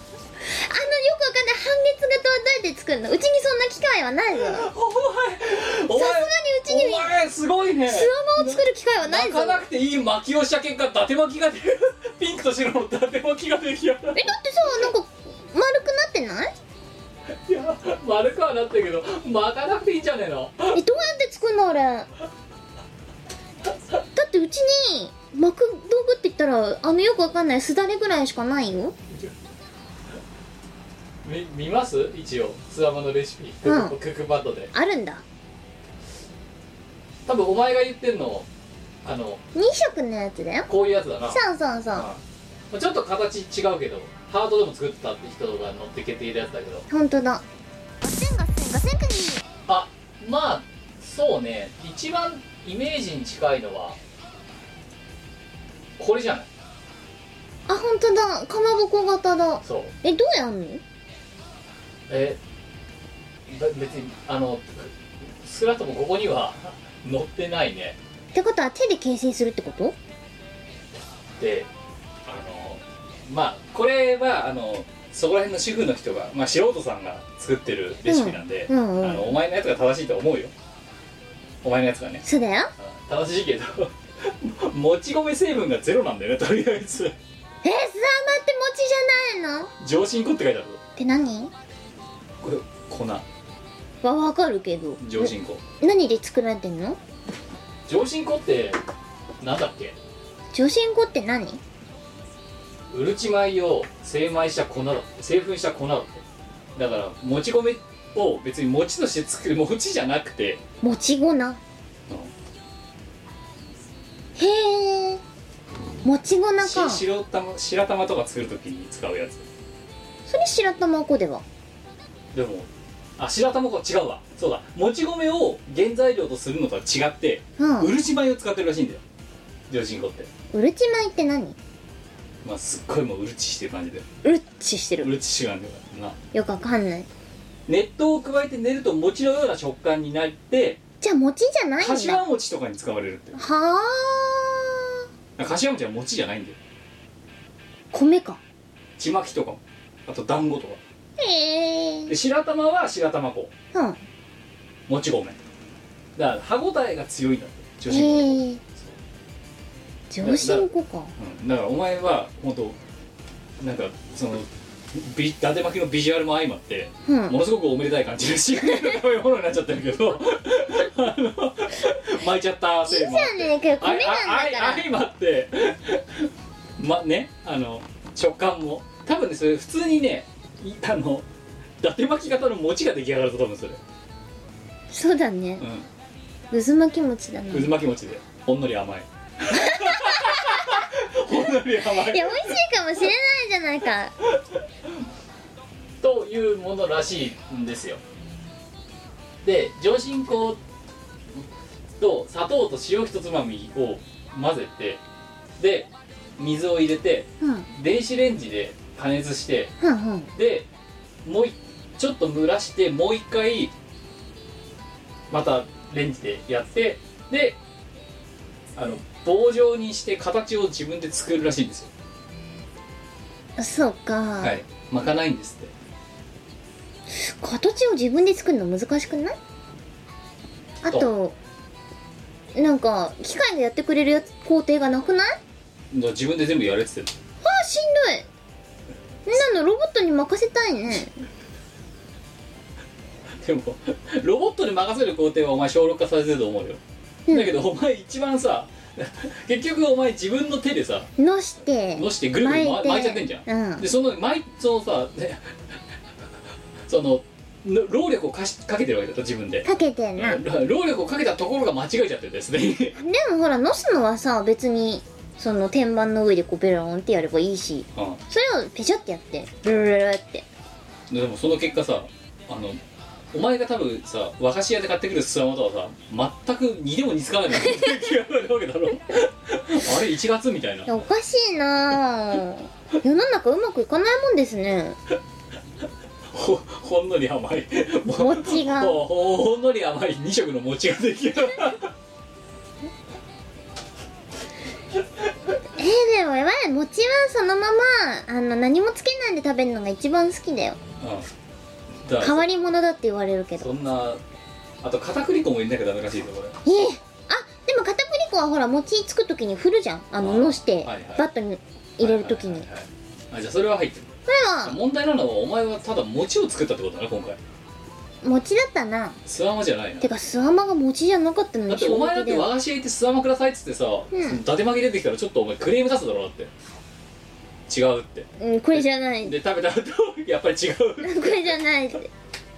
半月型はどうやって作るの。うちにそんな機械はないぞ。 お前さすがにうちにお前すごいね。 スワマを作る機械はないぞ。 巻かなくていい巻きをした結果伊達巻きが出るピンクと白の伊達巻きが出来上がる。 えだってさなんか丸くなってない？ いや丸くはなってるけど巻かなくていいんじゃねえの。 えどうやって作るのあれだってうちに巻く道具って言ったらあのよくわかんないすだれぐらいしかないよ。 み見ます一応スワマのレシピクック、うん、クックパッドであるんだ。 多分お前が言ってんのあのに色のやつだよ。 こういうやつだな。 そうそうそう、 うん、ちょっと形違うけどハートでも作ったって人が乗ってけているやつだけどほんとだ。 ガセンガセンガセンクニー。 あまあそうね一番イメージに近いのはこれじゃない。 あほんとだかまぼこ型だ。 そうえどうやんの。 え別にあの少なくともここには載ってないね。 ってことは手で形成するってこと？ であのまあこれはあのそこら辺の主婦の人が、まあ、素人さんが作ってるレシピなんで、うんうんうん、あのお前のやつが正しいと思うよ。お前のやつがねそうだよ正しいけどもち米成分がゼロなんだよねとりあえず。えー、スワマって餅じゃないの？ 上新粉って書いてある。 って何？ これ粉はわかるけど上新粉何で作られてんの？ 上新粉ってなんだっけ？ 上新粉って何？ うるち米を精米した粉だって製粉した粉だって。だからもち米を別に餅として作る餅じゃなくてもち粉な、うん、へえもち粉か。 し白玉白玉とか作るときに使うやつ。 それ白玉粉では。 でもあ白玉粉違うわ。そうだもち米を原材料とするのとは違って、うん、うるち米を使ってるらしいんだよ上新粉って。 うるち米って何？ まあすっごいもううるちしてる感じでうるちしてるうるちしてる感じだな。よくわかんない。 熱湯を加えて練ると餅のような食感になって。 じゃあ餅じゃないんだ。 かしわ餅とかに使われるって。 はあかしわ餅は餅じゃないんだよ。 米かちまきとかもあと団子とか。 へえ。 で白玉は白玉粉、うん、もち米だから歯ごたえが強いんだって上新粉。 上新粉か。 うん、だからお前は本当なんかその伊達巻きのビジュアルも相まって、うん、ものすごくおめでたい感じの新年の食べ物になっちゃってるけどあの巻いちゃったせいもあっていいじゃねえかよ米なんだから相まってまねあの食感も多分ねそれ普通にねあの伊達巻き型の餅が出来上がると多分それそうだね、うん、渦巻き餅だな。 渦巻き餅でほんのり甘いほんのり甘い。 いや美味しいかもしれないじゃないかというものらしいんですよ。で上新粉と砂糖と塩一つまみを混ぜてで水を入れて、うん、電子レンジで加熱して、うんうん、でもうちょっと蒸らしてもう一回またレンジでやってであの棒状にして形を自分で作るらしいんですよ。 そうか。 はい。巻かないんですって。 形を自分で作るの難しくない？あとなんか機械でやってくれるやつ工程がなくない？ だ自分で全部やれって言ってる。 はあしんどい。なのロボットに任せたいね。 でもロボットに任せる工程はお前小ろく化されてると思うよ、うん、だけどお前一番さ結局お前自分の手でさのしてのしてぐるぐる巻いちゃってんじゃん、うん、でその巻いそのさその労力をかしかけてるわけだと自分でかけてんな。で労力をかけたところが間違えちゃってるんですねもほらのすのはさ別にその天板の上でこうベロンってやればいいし、うん、それをペシャってやってルルルルってでもその結果さあのお前が多分さ和菓子屋で買ってくるスワマとはさ全く似でも似つかない気がするわけだろあれいちがつみたいな。 おかしいな世の中うまくいかないもんですねほ, ほんのり甘い餅がほ, ほ, ほんのり甘いに色の餅ができるえー、でもやばい餅はそのままあの何もつけないで食べるのが一番好きだよ。うん、変わり者だって言われるけど。 そんなあと片栗粉も入れなきゃダメらしいぞこれ。 ええー、あでも片栗粉はほら餅つく時に振るじゃんあののして、はいはい、バットに入れる時に、はいはいはいはい、 あじゃあそれは入ってる。 これは問題なのはお前はただ餅を作ったってことだな今回。 餅だったな。 スワマじゃないな。 てかスワマが餅じゃなかったのにだってお前だって和菓子屋行ってスワマくださいっつってさ、うん、伊達巻き出てきたらちょっとお前クレーム出すだろうだって違うって、 うん、これじゃないで食べた後やっぱり違うこれじゃないって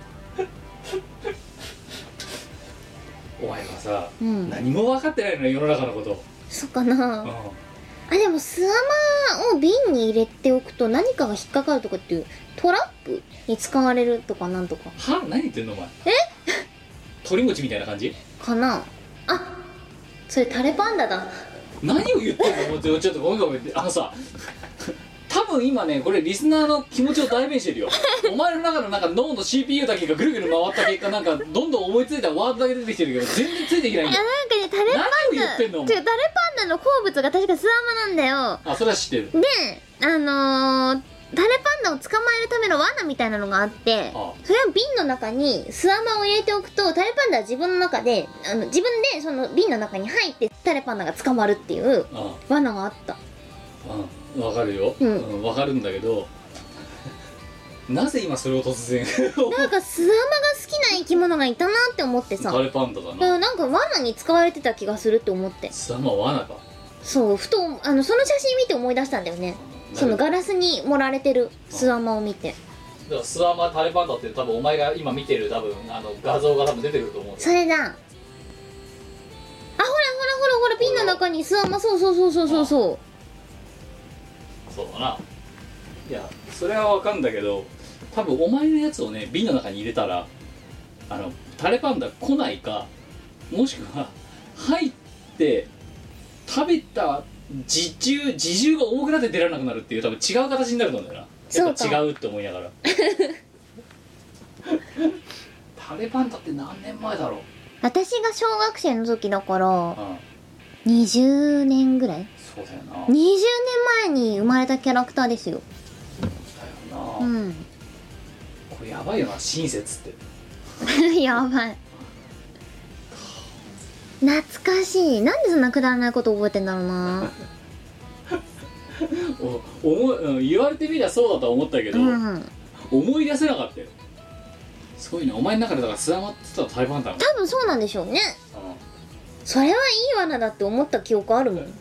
お前はさ、うん、何も分かってないのよ世の中のこと。 そうかな、うん、あでもスワマを瓶に入れておくと何かが引っかかるとかっていうトラップに使われるとかなんとか。 は何言ってんのお前。え鳥餅みたいな感じかなあ。それタレパンダだ。 何を言ってんのちょっとごめんごめんあのさ多分今ねこれリスナーの気持ちを代弁してるよお前の中のなんか脳の シーピーユー だけがぐるぐる回った結果なんかどんどん思いついたワードだけ出てきてるけど全然ついていけないんだよ。 なんかねタレパンダ何を言ってんのお前。 タレパンダの好物が確かスワマなんだよ。 あそれは知ってる。 であのータレパンダを捕まえるための罠みたいなのがあって、ああそれを瓶の中にスワマを入れておくとタレパンダは自分の中であの自分でその瓶の中に入ってタレパンダが捕まるっていう罠があった。 うん、わかるよ、うんうん、わかるんだけどなぜ今それを突然なんかスワマが好きな生き物がいたなって思ってさ。 タレパンダだな。 だからなんか罠に使われてた気がするって思って。 スワマは罠か。 そうふとあのその写真見て思い出したんだよね。そのガラスに盛られてるスワマを見て。 だからスワマタレパンダって多分お前が今見てる多分あの画像が多分出てくると思う。 それだ。あほらほらほらほら瓶の中にスワマ。そうそうそうそうそうそう。 そうだな。いやそれはわかんだけど多分お前のやつをね瓶の中に入れたらあのタレパンダ来ないかもしくは入って食べた自重自重が重くなって出られなくなるっていう多分違う形になると思うんだよな。やっぱ違うって思いながらタレパンダって何年前だろう。 私が小学生の時だから、うん、にじゅうねんぐらい。 そうだよな。 にじゅうねんまえに生まれたキャラクターですよ。 だよな、うん、これやばいよな親切ってやばい懐かしい。なんでそんなくだらないこと覚えてんだろうなお思い言われてみりゃそうだとは思ったけど、うん、思い出せなかったよ。そういうのお前の中でだからスワマって言ったらタレパンダ。 多分そうなんでしょうね、うん、それはいい罠だって思った記憶あるもん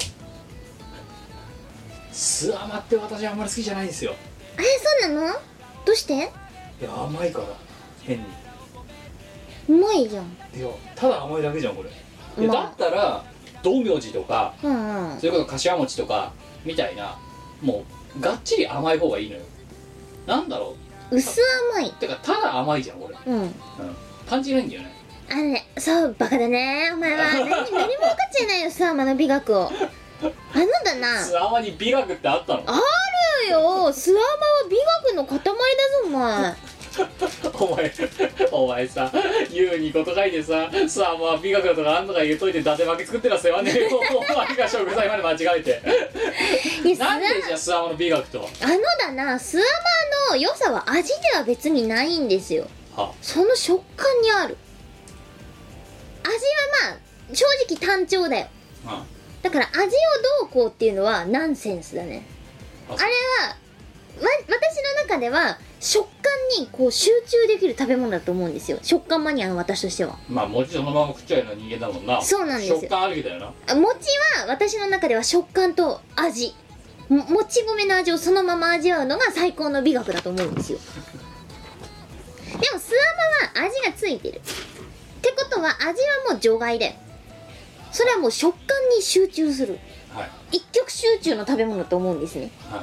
スワマって私あんまり好きじゃないんですよ。 えそうなの。どうして。いや甘いから変にうまいじゃん。 いやただ甘いだけじゃんこれ。いや、まあ、だったら道明寺とか、うんうん、それこそ柏餅とかみたいなもうがっちり甘い方がいいのよ。なんだろう薄甘いてかただ甘いじゃんこれ、うん、うん、感じないんだよね。 あれねそうバカだねお前は何, 何も分かっちゃいないよスワマの美学を。あのだなスワマに美学ってあったの。 あるよスワマは美学の塊だぞお前お前お前さ言うにこと書いてさスワマは美学だとかあんのか言うといて伊達巻き作ってらせはねえよお前が食材まで間違えてなんでじゃあスワマの美学と。 あのだなスワマの良さは味では別にないんですよ。はその食感にある味はまあ正直単調だよ。はだから味をどうこうっていうのはナンセンスだね。あ, あれはわ私の中では食感にこう集中できる食べ物だと思うんですよ。食感マニアの私としては。 まあ餅そのまま食っちゃうような人間だもんな。 そうなんですよ。 食感ありきだよな。 餅は私の中では食感と味ももち米の味をそのまま味わうのが最高の美学だと思うんですよでもスアマは味がついてるってことは味はもう除外だよ。それはもう食感に集中する、はい、一極集中の食べ物と思うんですね、はい、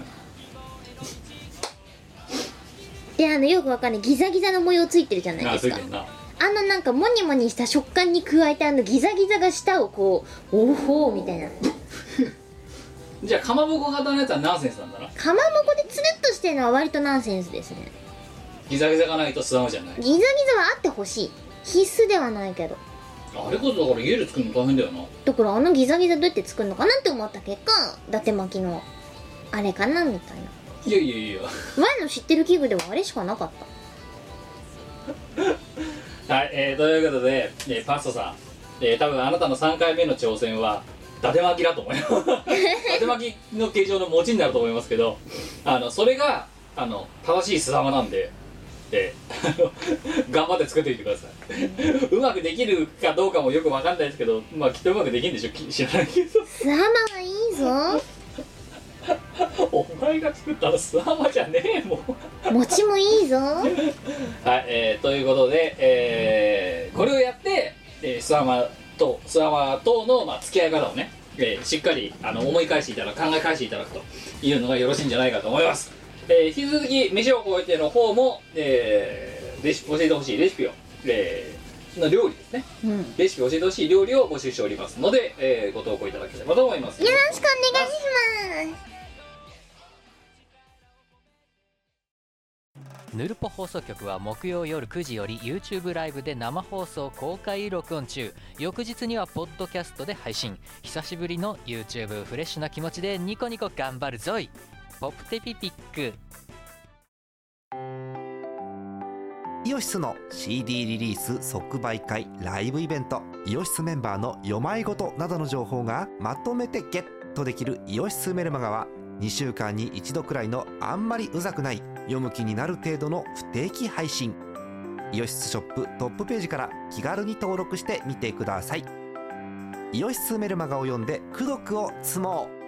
であのよくわかんないギザギザの模様ついてるじゃないですか。 あ, あのなんかモニモニした食感に加えてあのギザギザが舌をこうおほーみたいなじゃあかまぼこ型のやつはナンセンスなんだな。 かまぼこでつるっとしてるのは割とナンセンスですね。 ギザギザがないとスアマじゃない。 ギザギザはあってほしい、必須ではないけど。 あれこそだから家で作るの大変だよな。 だからあのギザギザどうやって作るのかなって思った結果伊達巻きのあれかなみたいな。 いやいやいや前の知ってる器具ではあれしかなかったはい、えー、ということで、えー、パスタさん、えー、多分あなたのさんかいめの挑戦は伊達巻きだと思います伊達巻きの形状の餅になると思いますけど、あのそれがあの正しいすだまなんで、えー、頑張って作ってみてくださいうまくできるかどうかもよくわかんないですけど、まあきっとうまくできるんでしょ、知らないけどスアマはいいぞお前が作ったらスアマじゃねえもん餅もいいぞはい、 えー、ということで、えー、これをやって、えー、スアマとスアマ等の、まあ、付き合い方をね、えー、しっかりあの思い返していただく、考え返していただくというのがよろしいんじゃないかと思います。えー、引き続き飯を超えての方も、えー、レシピ教えてほしいレシピを、えー、の料理ですね、うん、レシピ教えてほしい料理を募集しておりますので、えー、ご投稿いただければと思います。 よろしくお願いします。 ヌルポ放送局は木曜夜くじより YouTube ライブで生放送公開録音中。翌日にはポッドキャストで配信。久しぶりの YouTube フレッシュな気持ちでニコニコ頑張るぞい。ポップテピピック。 イオシスの シーディー リリース即売会ライブイベント、イオシスメンバーの読まいごとなどの情報がまとめてゲットできるイオシスメルマガはにしゅうかんに一度くらいのあんまりうざくない読む気になる程度の不定期配信。イオシスショップトップページから気軽に登録してみてください。イオシスメルマガを読んで功徳を積もう。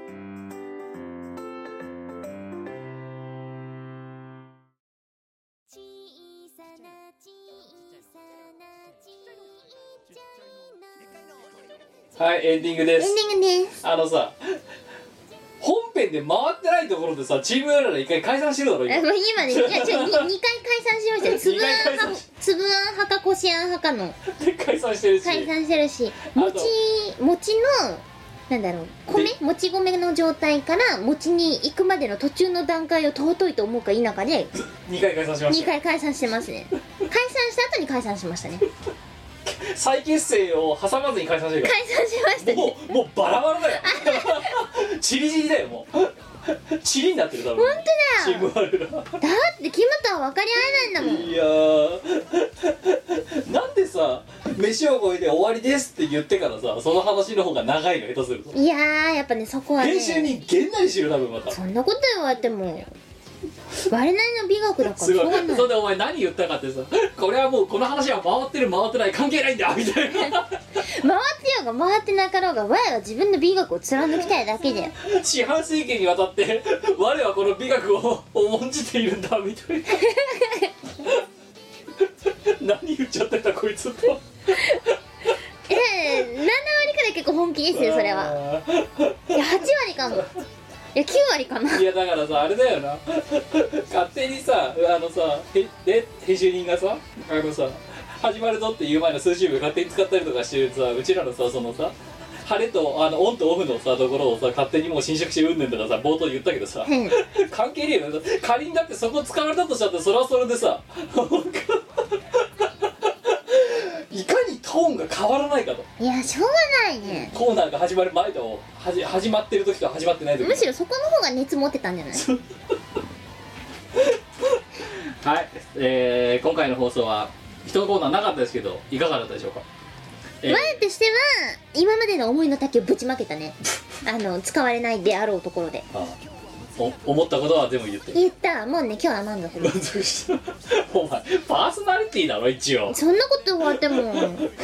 はい、エンディングです。 エンディングです。 あのさ、本編で回ってないところでさ、チームやらら一回解散してるだろ今。 今ね、いやちょににかい解散しましたよ。つぶあん派、つぶあん派かこしあん派かの解散してるし、 解散してるし、餅餅のなんだろう、米もち米の状態から餅に行くまでの途中の段階を尊いと思うか否かでにかい解散しました。 にかい解散してますね。解散した後に解散しましたね。 再結成を挟まずに解散してるから。 解散しましたね。 もうもうバラバラだよチリチリだよ、もうチリになってる。多分本当だよ。 チームワールドだってキムとは分かり合えないんだもん。 いやーなんでさ、飯を超えて終わりですって言ってからさ、その話の方が長いの下手すると。 いやーやっぱね、そこはね、 編集にげんなりしてる。多分またそんなこと言われても我なりの美学だからしょうがない。それでお前何言ったかってさ、これはもうこの話は回ってる回ってない関係ないんだみたいな回ってようが回ってなかろうが我は自分の美学を貫きたいだけだよ。 四半世紀にわたって我はこの美学を重んじているんだみたいな何言っちゃってたこいつとええー、ななわりくらい結構本気ですよそれは。いやはちわりかも。いやきゅうわりかな。 いやだからさ、あれだよな勝手にさ、あのさへで編集人がさ、あのさ始まるぞっていう前の数十秒勝手に使ったりとかしてるさ、うちらのさそのさ晴れとあのオンとオフのさところをさ勝手にもう侵食してうんねんとかさ冒頭言ったけどさ、うん、関係ねえよ。仮にだってそこ使われたとしたってそれはそれでさいかにトーンが変わらないかと。 いやしょうがないね。 コーナーが始まる前とはじ始まってる時と始まってない時、 むしろそこの方が熱持ってたんじゃないはい、えー、今回の放送は一コーナーなかったですけどいかがだったでしょうか。 えー、我としては今までの思いの丈をぶちまけたねあの使われないであろうところで。ああ、 お思ったことは全部言って言った。もうね今日は満足。 満足したお前パーソナリティだろ一応。 そんなこと言われても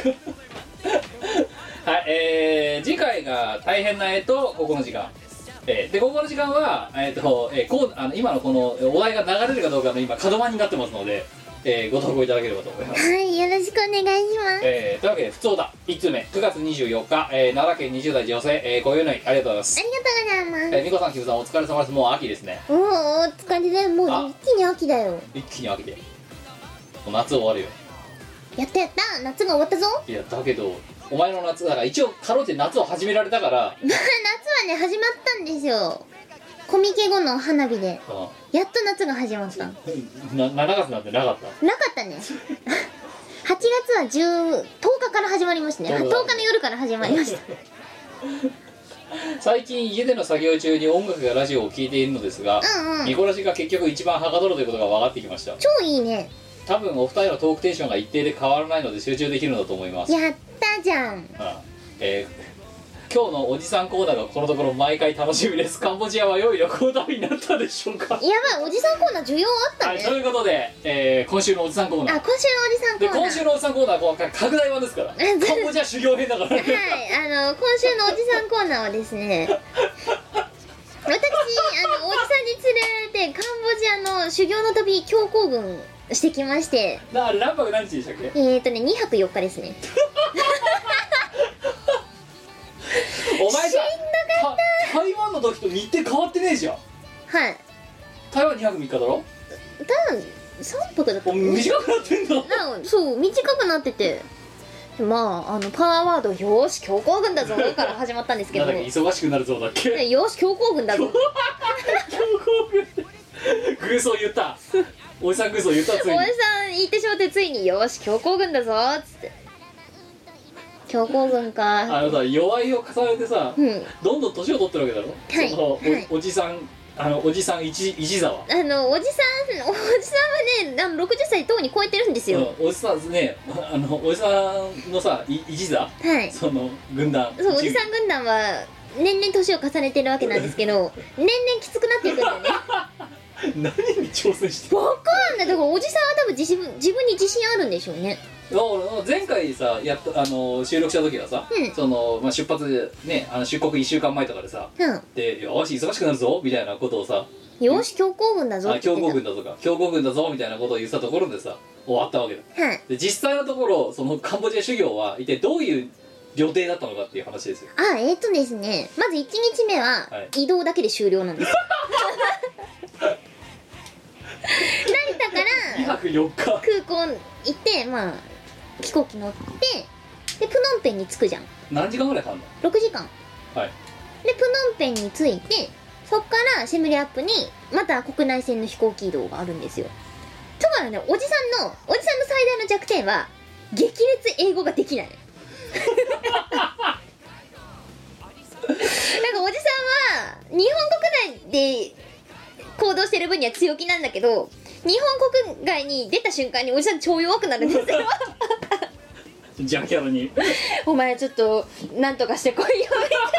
はい、えー、次回が大変な絵とここの時間、えー、でここの時間は、えーとえー、こうあの今のこのお題が流れるかどうかの今角番になってますので、 えー、ご投稿いただければと思います。 はい、よろしくお願いします。 えー、というわけで、ふつおたいっつうめ、くがつにじゅうよっか、えー、奈良県にじゅう代女性、えー、ご用のいありがとうございます。 ありがとうございます。 えー、みこさん、きむさん、お疲れ様です。もう秋ですね。 おー、お疲れだよ。もう一気に秋だよ。 一気に秋で。もう夏終わるよ。 やったやった、夏が終わったぞ。 いや、だけど、お前の夏、だから一応、かろうじて夏を始められたから、 夏はね、始まったんですよ。コミケ後の花火で。やっと夏が始まった。な、 しちがつなんてなかった。 なかったね。はちがつはじゅう、とおかから始まりましたね。とおかの夜から始まりました。 最近家での作業中に音楽やラジオを聴いているのですが、 うんうん、 ミコラジが結局一番はかどるということが分かってきました。 超いいね。 多分お二人のトークテンションが一定で変わらないので集中できるのだと思います。 やったじゃん。 ああ、えー、今日のおじさんコーナーがこのところ毎回楽しみです。カンボジアは良い旅行旅になったでしょうか。 やばい、おじさんコーナー需要あったね。 はい、ということで、えー、今週のおじさんコーナー。 あ、今週のおじさんコーナー。 で、今週のおじさんコーナーはこう拡大版ですから。カンボジア修行編だから。はい、 あの今週のおじさんコーナーはですね、私あのおじさんに連れられてカンボジアの修行の旅強行軍してきまして。 だから何泊何日でしたっけ？ えーとねにはくよっかですね。 お前さ、台湾の時と日程変わってねえじゃん。 はい。 台湾にはくみっかだろ？ 多分さんぱくだった。 短くなってんだ。 なんかそう短くなってて、まああのパワーワードよーし強行軍だぞから始まったんですけど、 なんだっけ、忙しくなるぞだっけ。 よーし強行軍だぞ。 強行軍って偶想言った。おじさん偶想言った。ついにおじさん言ってしまって、ついによーし強行軍だぞっつって。強行軍か。 あのさ、弱いを重ねてさ、 うん、 どんどん年を取ってるわけだろ、 はい、 その お,、 はい、 おじさん、あのおじさん一一座はあのおじさんおじさんはね、あのろくじゅっさいとうに超えてるんですよ、 うん、おじさんね、あのおじさんのさい一座、 はい、 その軍団、 そう、おじさん軍団は年々年を重ねてるわけなんですけど年々きつくなっていくんだよね。 何に挑戦してわかんない。だからおじさんは多分自分自分に自信あるんでしょうね。 だから前回さやっとあの収録した時はさ、うん、そのまあ、出発ね、あの出国いっしゅうかんまえとかでさ、うん、でよし忙しくなるぞみたいなことをさ、 よし強行軍だぞって言ってた。強行軍だとか強行軍だぞみたいなことを言ってたところでさ終わったわけだ、はい、で実際のところそのカンボジア修行は一体どういう予定だったのかっていう話ですよ。 あ、えー、っとですね、まずいちにちめは移動だけで終了なんですよ、はい、成田からにはくよっか空港行って、まあ飛行機乗ってでプノンペンに着くじゃん。 何時間ぐらいかかんの？ ろくじかん。 はい。 でプノンペンに着いて、そっからシェムリアップにまた国内線の飛行機移動があるんですよ。ところがね、おじさんのおじさんの最大の弱点は激烈英語ができない。なんかおじさんは日本国内で行動してる分には強気なんだけど、日本国外に出た瞬間におじさん超弱くなるんですよ。 ジャンキャラにお前ちょっとなんとかしてこいよ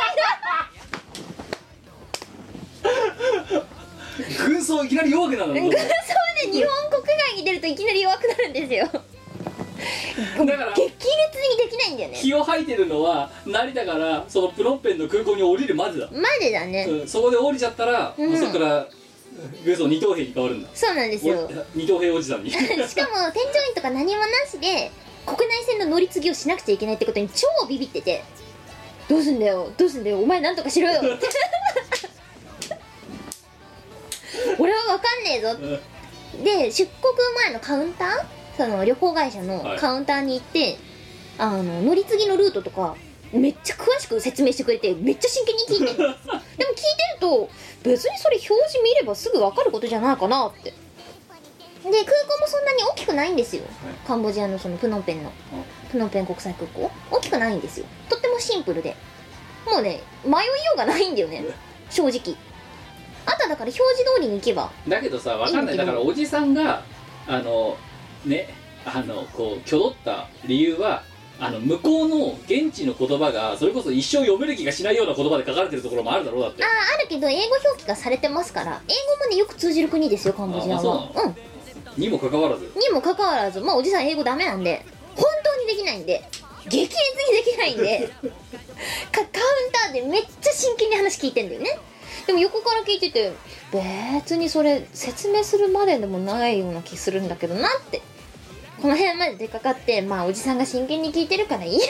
みたいな。軍曹いきなり弱くなるの？ 軍曹で日本国外に出るといきなり弱くなるんですよ。だから激烈にできないんだよね。 気を吐いてるのは成田からそのプノンペンの空港に降りるまでだ。 までだね、 うん、そこで降りちゃったら、うん、もうそこから軍曹二等兵に変わるんだ。 そうなんですよ。 二等兵おじさんにしかも添乗員とか何もなしで国内線の乗り継ぎをしなくちゃいけないってことに超ビビってて、どうすんだよどうすんだよお前なんとかしろよって俺は分かんねえぞで、出国前のカウンター、その旅行会社のカウンターに行って、はい、あの乗り継ぎのルートとかめっちゃ詳しく説明してくれて、めっちゃ真剣に聞いてるでも聞いてると別にそれ表示見ればすぐ分かることじゃないかなって。で空港もそんなに大きくないんですよ、はい、カンボジアのそのプノンペンのプノンペン国際空港大きくないんですよ。とってもシンプルでもうね迷いようがないんだよね正直。あとはだから表示通りに行けばだけどさ、分かんない。だからおじさんがあのねあのこう挙動った理由はあの向こうの現地の言葉がそれこそ一生読める気がしないような言葉で書かれてるところもあるだろう。だってあああるけど英語表記がされてますから、英語もねよく通じる国ですよカンボジアは。うん。 にもかかわらずにもかかわらずまあおじさん英語ダメなんで本当にできないんで激烈にできないんでカウンターでめっちゃ真剣に話聞いてんだよね。でも横から聞いてて別にそれ説明するまででもないような気するんだけどなってこの辺まで出かかって、まあおじさんが真剣に聞いてるからいいや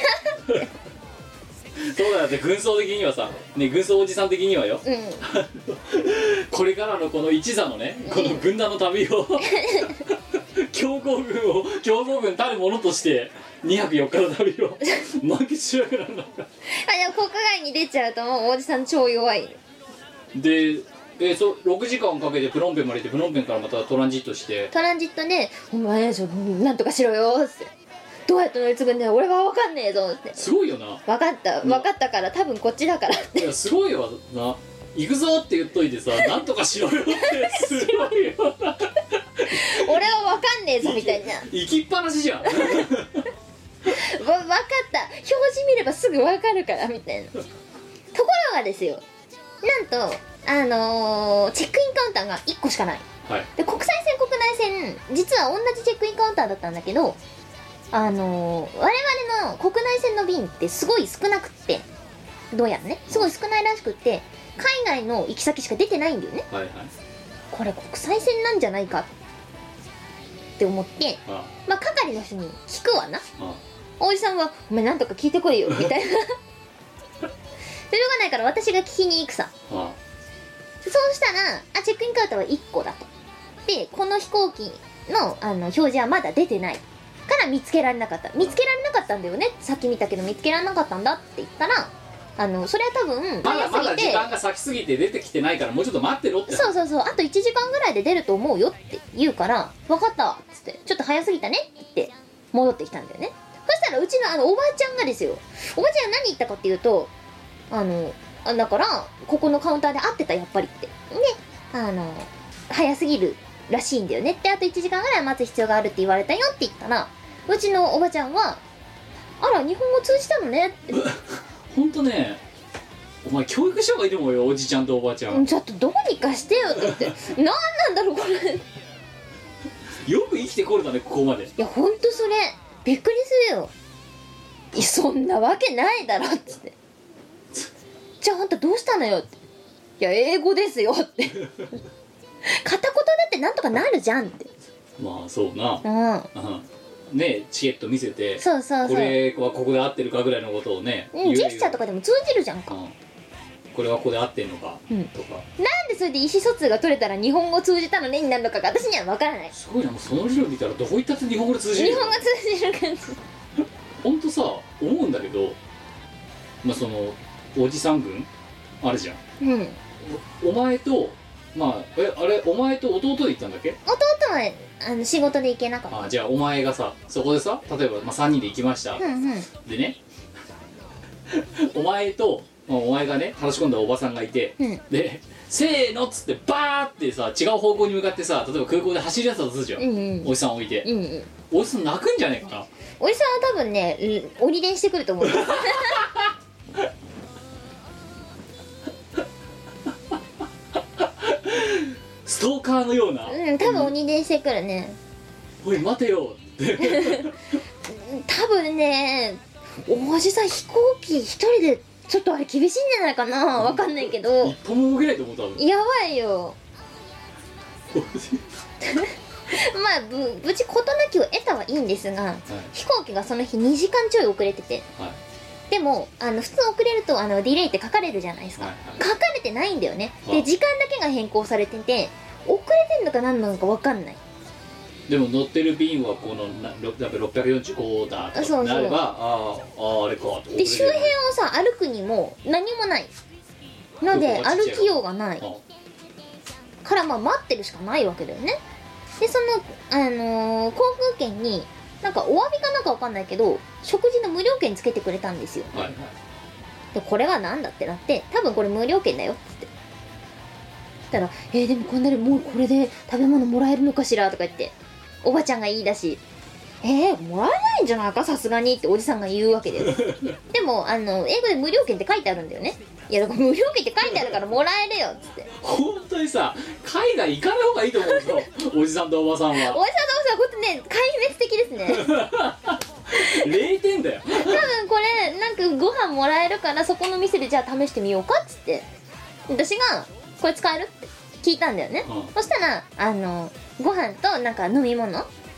そうだって軍曹的にはさ、ね、軍曹おじさん的にはよ、 うん、 これからのこの一座のね、この軍団の旅を強行軍を強行軍たるものとしてにはくよっかの旅を満喫しなくなるのかあ、でも国外に出ちゃうともうおじさん超弱いで、えそろくじかんかけてプノンペンまで行って、プノンペンからまたトランジットして、 トランジットで「お前ちょなんとかしろよ」って「どうやって乗り継ぐんだよ俺は分かんねえぞ」ってすごいよな。 分かった分かったから多分こっちだからっていやすごいよな、行くぞって言っといてさなんとかしろよってすごいよな俺は分かんねえぞみたいな行きっぱなしじゃんわ分かった表示見ればすぐ分かるからみたいなところがですよ、なんとあのー、チェックインカウンターがいっこしかない、 はい、 で国際線国内線実は同じチェックインカウンターだったんだけど、あのー、我々の国内線の便ってすごい少なくって、どうやらねすごい少ないらしくって、海外の行き先しか出てないんだよね、 はいはい、 これ国際線なんじゃないかって思って、ああまあ係の人に聞くわな、ああおじさんは「お前なんとか聞いてこいよ」みたいなしょうがないから私が聞きに行くさ、ああそうしたらあチェックインカウンターはいっこだと、でこの飛行機 の, あの表示はまだ出てないから見つけられなかった見つけられなかったんだよね、さっき見たけど見つけられなかったんだって言ったら、あのそれは多分まだまだ時間が先すぎて出てきてないからもうちょっと待ってろって。 そうそうそう、あといちじかんぐらいで出ると思うよって言うから、分かったっつってちょっと早すぎたねって言って戻ってきたんだよね。そしたらうちのあのおばあちゃんがですよ、おばあちゃん何言ったかっていうと、あのあだからここのカウンターで会ってたやっぱりってで、あの早すぎるらしいんだよねって、あといちじかんぐらい待つ必要があるって言われたよって言ったら、うちのおばちゃんはあら日本語通じたのねってほんとね、お前教育した方がいいと思うよ、おじちゃんとおばあちゃん。 ちょっとどうにかしてよって言って何なんだろうこれよく生きてこれたねここまで。 いやほんとそれびっくりするよ。いやそんなわけないだろっつってじゃああんたどうしたのよって、いや英語ですよって片言だってなんとかなるじゃんって。 まあそうな、 うん、 うんねえチケット見せて、 そうそうそう、 これはここで合ってるかぐらいのことをね、 うん、ジェスチャーとかでも通じるじゃんか、うん、 これはここで合ってんのか、うん、とか。 なんでそれで意思疎通が取れたら日本語通じたのねになるのかが私には分からない。 すごいな、もうその理論で言ったらどこ行ったって日本語で通じる。 日本語通じる感じほんとさ思うんだけど、まあそのおじさん軍あるじゃん、うん、お, お前とまあえあれお前と弟で行ったんだっけ。 弟はあの仕事で行けなかった。 あじゃあお前がさそこでさ例えば、まあ、さんにんで行きました、うんうん、でねお前と、まあ、お前がね話し込んだおばさんがいて、うん、でせーのっつってバーってさ違う方向に向かってさ例えば空港で走り出したとするじゃん、うんうん、おじさん置いて、うんうん、おじさん泣くんじゃねえかな。 おじさんは多分ね鬼伝してくると思うストーカーのような、 うん多分鬼伝してくるね、 うん、おい待てよって多分ねおじさん飛行機一人でちょっとあれ厳しいんじゃないかな、わかんないけど一歩も動けないと思ったの。 やばいよまあぶ無事事なきを得たはいいんですが、はい、飛行機がその日にじかんちょい遅れてて、はい、でもあの普通遅れるとあのディレイって書かれるじゃないですか、はいはい、書かれてないんだよね、はい、で時間だけが変更されてて遅れてんのか何なのか分かんない。 でも乗ってる便はこのろっぴゃくよんじゅうごだとかなればあああれかと。 で周辺をさ歩くにも何もないので歩きようがないからまあ待ってるしかないわけだよね。でその、あのー、航空券になんかお詫びかなんかわかんないけど食事の無料券つけてくれたんですよ、はいはい、でこれはなんだってなって多分これ無料券だよって言ったらえー、でもこんなにもうこれで食べ物もらえるのかしらとか言っておばちゃんが言い出しえー、もらえないんじゃないかさすがにっておじさんが言うわけだよでもあの英語で無料券って書いてあるんだよね。いやだから無料券って書いてあるからもらえるよっつって本当にさ海外行かない方がいいと思うぞおじさんとおばさんは。おじさんとおばさんほんとね壊滅的ですねれいてんだよ多分これなんかご飯もらえるからそこの店でじゃあ試してみようかっつって私がこれ使えるって聞いたんだよね、うん、そしたらあのご飯となんか飲み物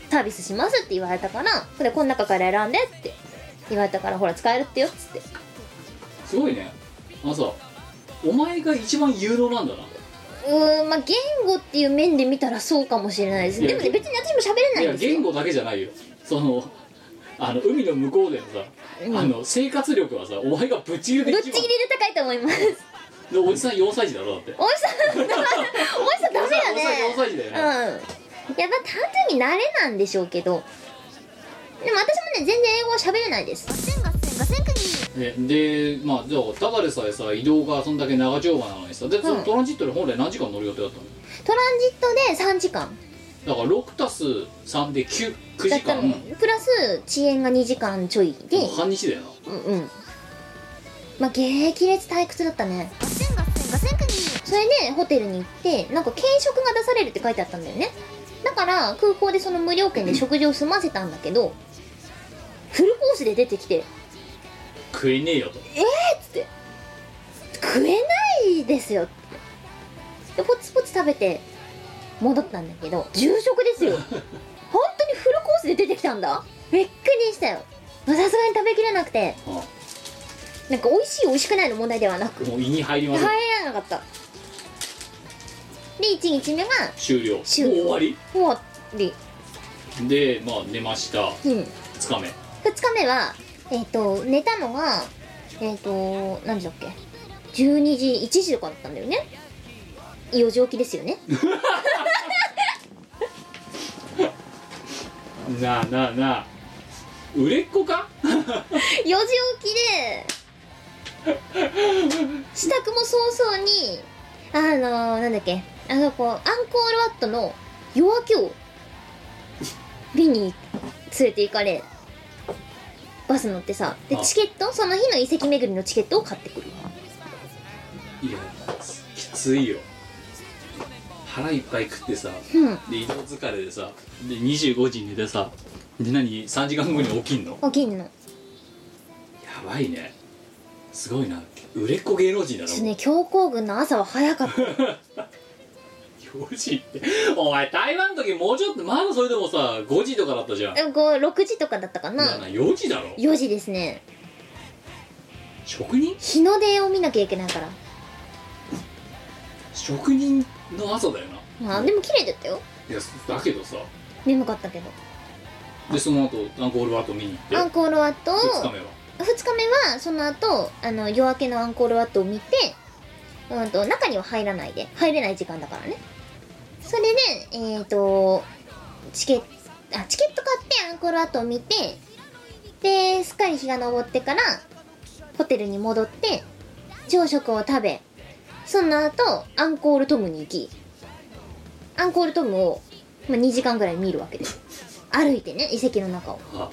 サービスしますって言われたから、これこの中から選んでって言われたから、ほら使えるってよっつって。 すごいね。あのさ、お前が一番有能なんだな。 うーん、まあ言語っていう面で見たらそうかもしれないです。でもね、別に私も喋れないんですよ。 いや言語だけじゃないよ。そのあの海の向こうでのさ、うん、あの生活力はさ、お前がぶっちぎりで一番ぶっちぎりで高いと思います。 でおじさんよんさい児だろだって。 おじさんおじさんダメだね。 おじさんよんさい児だよね。 うん。やっぱ単純に慣れなんでしょうけど、でも私もね全然英語は喋れないです。 ね、でまあじゃあただでさえさ移動がそんだけ長丁場なのにさ、で、うん、そのトランジットで本来何時間乗る予定だったの？ トランジットでさんじかんだからろくたすさんで きゅう, きゅうじかんプラス遅延がにじかんちょいで半日だよな。 うんうん。まあ激烈退屈だったね。それでホテルに行ってなんか軽食が出されるって書いてあったんだよね。だから空港でその無料券で食事を済ませたんだけど、フルコースで出てきて食えねえよと。 えーっつって食えないですよってでポツポツ食べて戻ったんだけど、重食ですよ。本当にフルコースで出てきたんだ。びっくりしたよ。さすがに食べきれなくて、ああなんか美味しい美味しくないの問題ではなく、 もう胃に入りません。 入らなかった。でいちにちめが終了。 終了。 もう終わり終わりで、まあ寝ました、うん、ふつかめふつかめはえっ、ー、と寝たのがえっ、ー、と何時だっけ、じゅうにじいちじとかだったんだよね。よじ起きですよね。 なあなあなあ売れっ子か。 よじ起きで支度も早々にあのー、なんだっけあのこうアンコールワットの夜明けを見に連れて行かれ、バス乗ってさ、でチケットその日の遺跡巡りのチケットを買ってくる。 いやきついよ。腹いっぱい食ってさ、うん、で移動疲れでさ、でにじゅうごじに寝てさ、で何さんじかんごに起きんの？ 起きんの。やばいね。すごいな。売れっ子芸能人だな。 ですね。強行軍の朝は早かった。 よじってお前台湾の時もうちょっとまだそれでもさごじとかだったじゃん。 ろくじとかだったかな。 なよじだろ。 よじですね。 職人？ 日の出を見なきゃいけないから。 職人の朝だよな。あでも綺麗だったよ。 いやだけどさ眠かったけど。 でその後アンコールワット見に行って、 アンコールワットをふつかめはふつかめはその後あの夜明けのアンコールワットを見て、うんと中には入らないで入れない時間だからね。それでえっとチケットあチケット買ってアンコールワットを見て、ですっかり日が昇ってからホテルに戻って朝食を食べ、その後アンコールトムに行き、アンコールトムを、まあ、にじかんぐらい見るわけです。歩いてね、遺跡の中を。と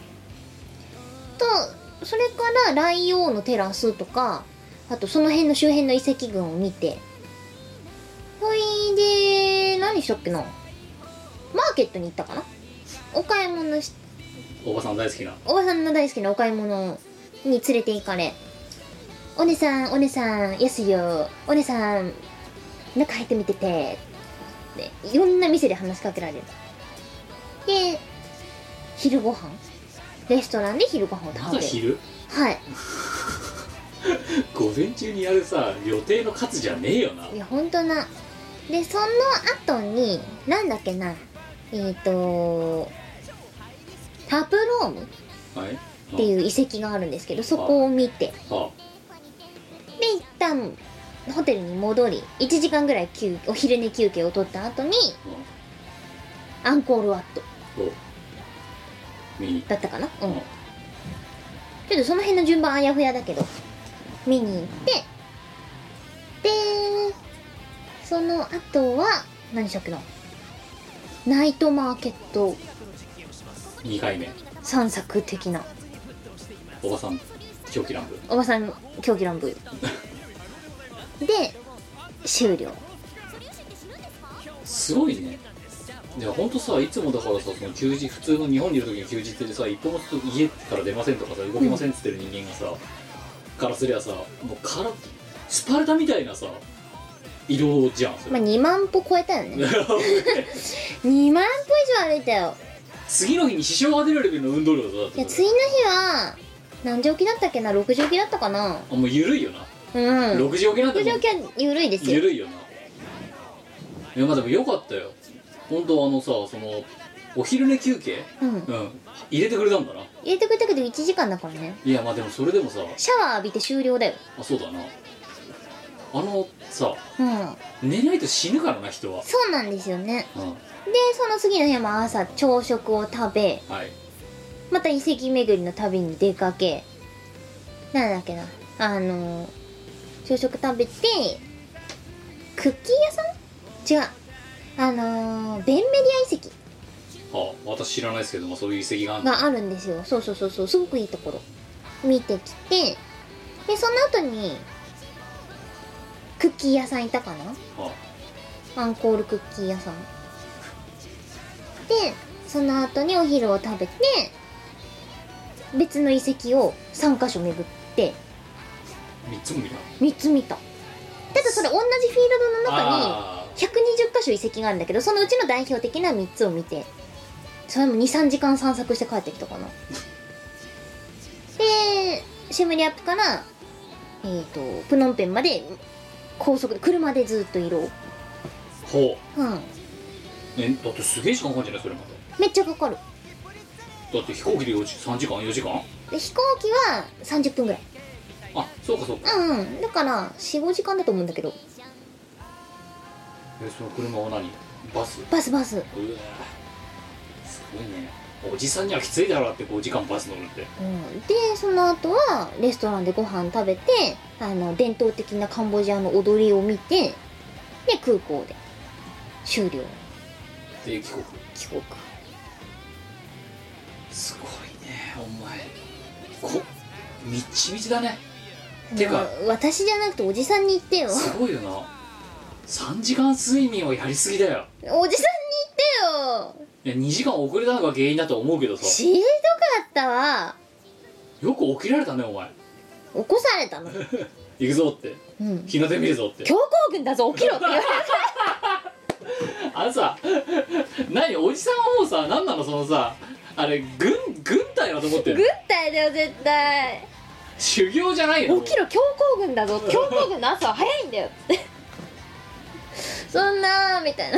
それからライオーのテラスとか、あとその辺の周辺の遺跡群を見て、ほいで何したっけな、マーケットに行ったかな。お買い物しおばさん大好きなおばさんの大好きなお買い物に連れて行かれ、お姉さんお姉さん安いよ、お姉さん中入ってみててでいろんな店で話しかけられる。で昼ご飯レストランで昼ご飯を食べる。 まだ昼？ はい午前中にやるさ予定の数じゃねえよな。 いやほんとな。でその後になんだっけな、えっ、ー、とタプロームっていう遺跡があるんですけど、そこを見て、はあ、で一旦ホテルに戻りいちじかんぐらい休お昼寝休憩を取った後に、はあ、アンコールワットだったかな、うん、はあ、ちょっとその辺の順番あやふやだけど見に行って、でその後は何したっけな、ナイトマーケットにかいめ散策的な、 おばさん狂気乱舞おばさん狂気乱舞で終了。 すごいね。いやほんとさ、いつもだからさ、その休日普通の日本にいる時に休日でさ、一歩も家から出ませんとかさ、動きませんっつってる人間がさ、うん、からすりゃさ、もうからスパルタみたいなさ移動じゃん。 まあにまん歩超えたよね。にまん歩以上歩いたよ。 次の日に支障が出るレベルの運動量だった。 いや次の日は何時起きだったっけな、ろくじ起きだったかな。 あ、もう緩いよな。 うん、 ろくじ起きなんてろくじ起きは緩いですよ。 緩いよな。いやまあでもよかったよ本当。あのさ、そのお昼寝休憩、 うん、 うん、入れてくれたんだな。 入れてくれたけどいちじかんだからね。 いやまあでもそれでもさ、 シャワー浴びて終了だよ。 あ、そうだな。あのさ、 うん、 寝ないと死ぬからな人は。 そうなんですよね。 うん、 でその次の日も朝朝食を食べ、 はい、 また遺跡巡りの旅に出かけ、なんだっけな、あの朝食食べてクッキー屋さん違うあのー、ベンメリア遺跡はあ、私知らないですけども、そういう遺跡があるがあるんですよ。そうそうそうそう、すごくいいところ見てきて、でその後にクッキー屋さんいたかな、 はアンコールクッキー屋さんで、その後にお昼を食べて別の遺跡をさんかしょ巡ってあ、みっつも見た。 みっつ見た。ただそれ同じフィールドの中にあひゃくにじゅっかしょ遺跡があるんだけど、そのうちの代表的なみっつを見て、それも にさんじかん散策して帰ってきたかなでシェムリアップからえーとプノンペンまで高速で車でずっと移動。 ーほうん、 う。え、だってすげえ時間かかるんじゃないそれまめっちゃかかる。 で。だって飛行機でよじさんじかんよじかん。 で飛行機はさんじゅっぷんぐらい。 あ、そうかそうか。 うんうん、だから よんごじかんだと思うんだけど。 え、その車は何？バス？ バスバス。 うわすごいね。おじさんにはきついだろうってごじかんバス乗るって。 うん、でその後はレストランでご飯食べて、あの伝統的なカンボジアの踊りを見て、で空港で終了。 で帰国。 帰国。 すごいねお前。こみっちみちだね。てか私じゃなくておじさんに言ってよ。 すごいよな。さんじかん睡眠はやりすぎだよ。 おじさんに言ってよ。 いやにじかん遅れたのが原因だと思うけどさ。 しんどかったわ。 よく起きられたねお前。 起こされたの。 行くぞって、 うん、 日の出見るぞって。 強行軍だぞ起きろって言われた。あのさ、何おじさんはもうさ、何なのそのさ、あれ軍軍隊だと思ってる。 軍隊だよ絶対。 修行じゃないよ。 起きろ強行軍だぞ。強行軍の朝は早いんだよってそんなーみたいな。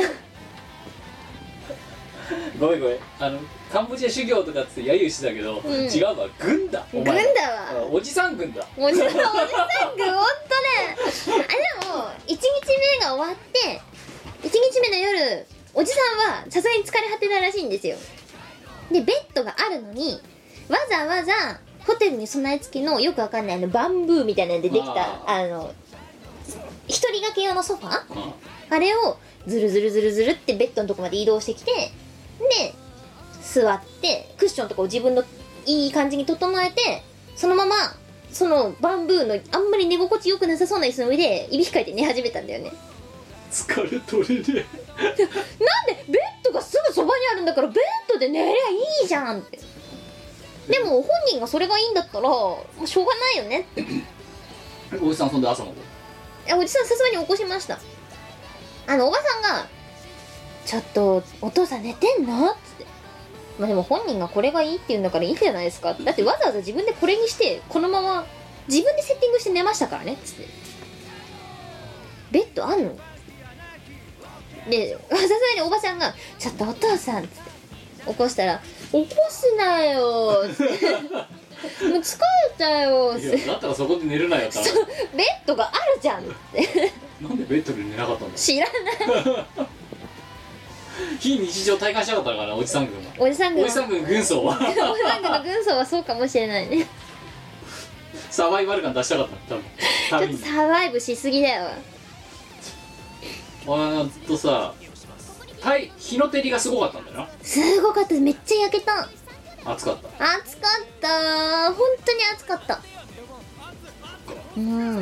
ごめんごめん、あのカンボジア修行とかって揶揄してたけど、 うん、 違うわ、軍だお軍だ前。 わ、 おじさん軍だ。 おじさん、おじさん軍、ほんとね。あ、でもいちにちめが終わっていちにちめの夜、おじさんはさすがに疲れ果てたらしいんですよ。でベッドがあるのにわざわざホテルに備え付けのよくわかんないあのバンブーみたいなのでできたあの一人掛け用のソファ、うん、あれをズルズルズルズルってベッドのとこまで移動してきて、で座ってクッションとかを自分のいい感じに整えて、そのままそのバンブーのあんまり寝心地よくなさそうな椅子の上でいびきかいて寝始めたんだよね。 疲れ取れねえ。 なんでベッドがすぐそばにあるんだからベッドで寝りゃいいじゃんって。でも本人がそれがいいんだったらもうしょうがないよねっておじさんそんで朝まで。 いやおじさんさすがに起こしました。あのおばさんがちょっとお父さん寝てんのっつって、まあでも本人がこれがいいって言うんだからいいんじゃないですか。だってわざわざ自分でこれにしてこのまま自分でセッティングして寝ましたからねっつって。ベッドあんので、さすがにおばちゃんがちょっとお父さんっつって起こしたら、起こすなよーっつってもう疲れたよーっつって。 いやだったらそこで寝るなよってベッドがあるじゃんってなんでベッドで寝なかったんだ。 知らない非日常体感したかったのかなおじさん軍は。 おじさん軍おじさん軍軍曹はおじさん軍の軍曹はそうかもしれないねサバイバル感出したかった多分。 ちょっとサバイブしすぎだよ。 あとさ、はい、日の照りがすごかったんだよな。 すごかった、めっちゃ焼けた。 暑かった。 暑かったー、本当に暑かった。うん、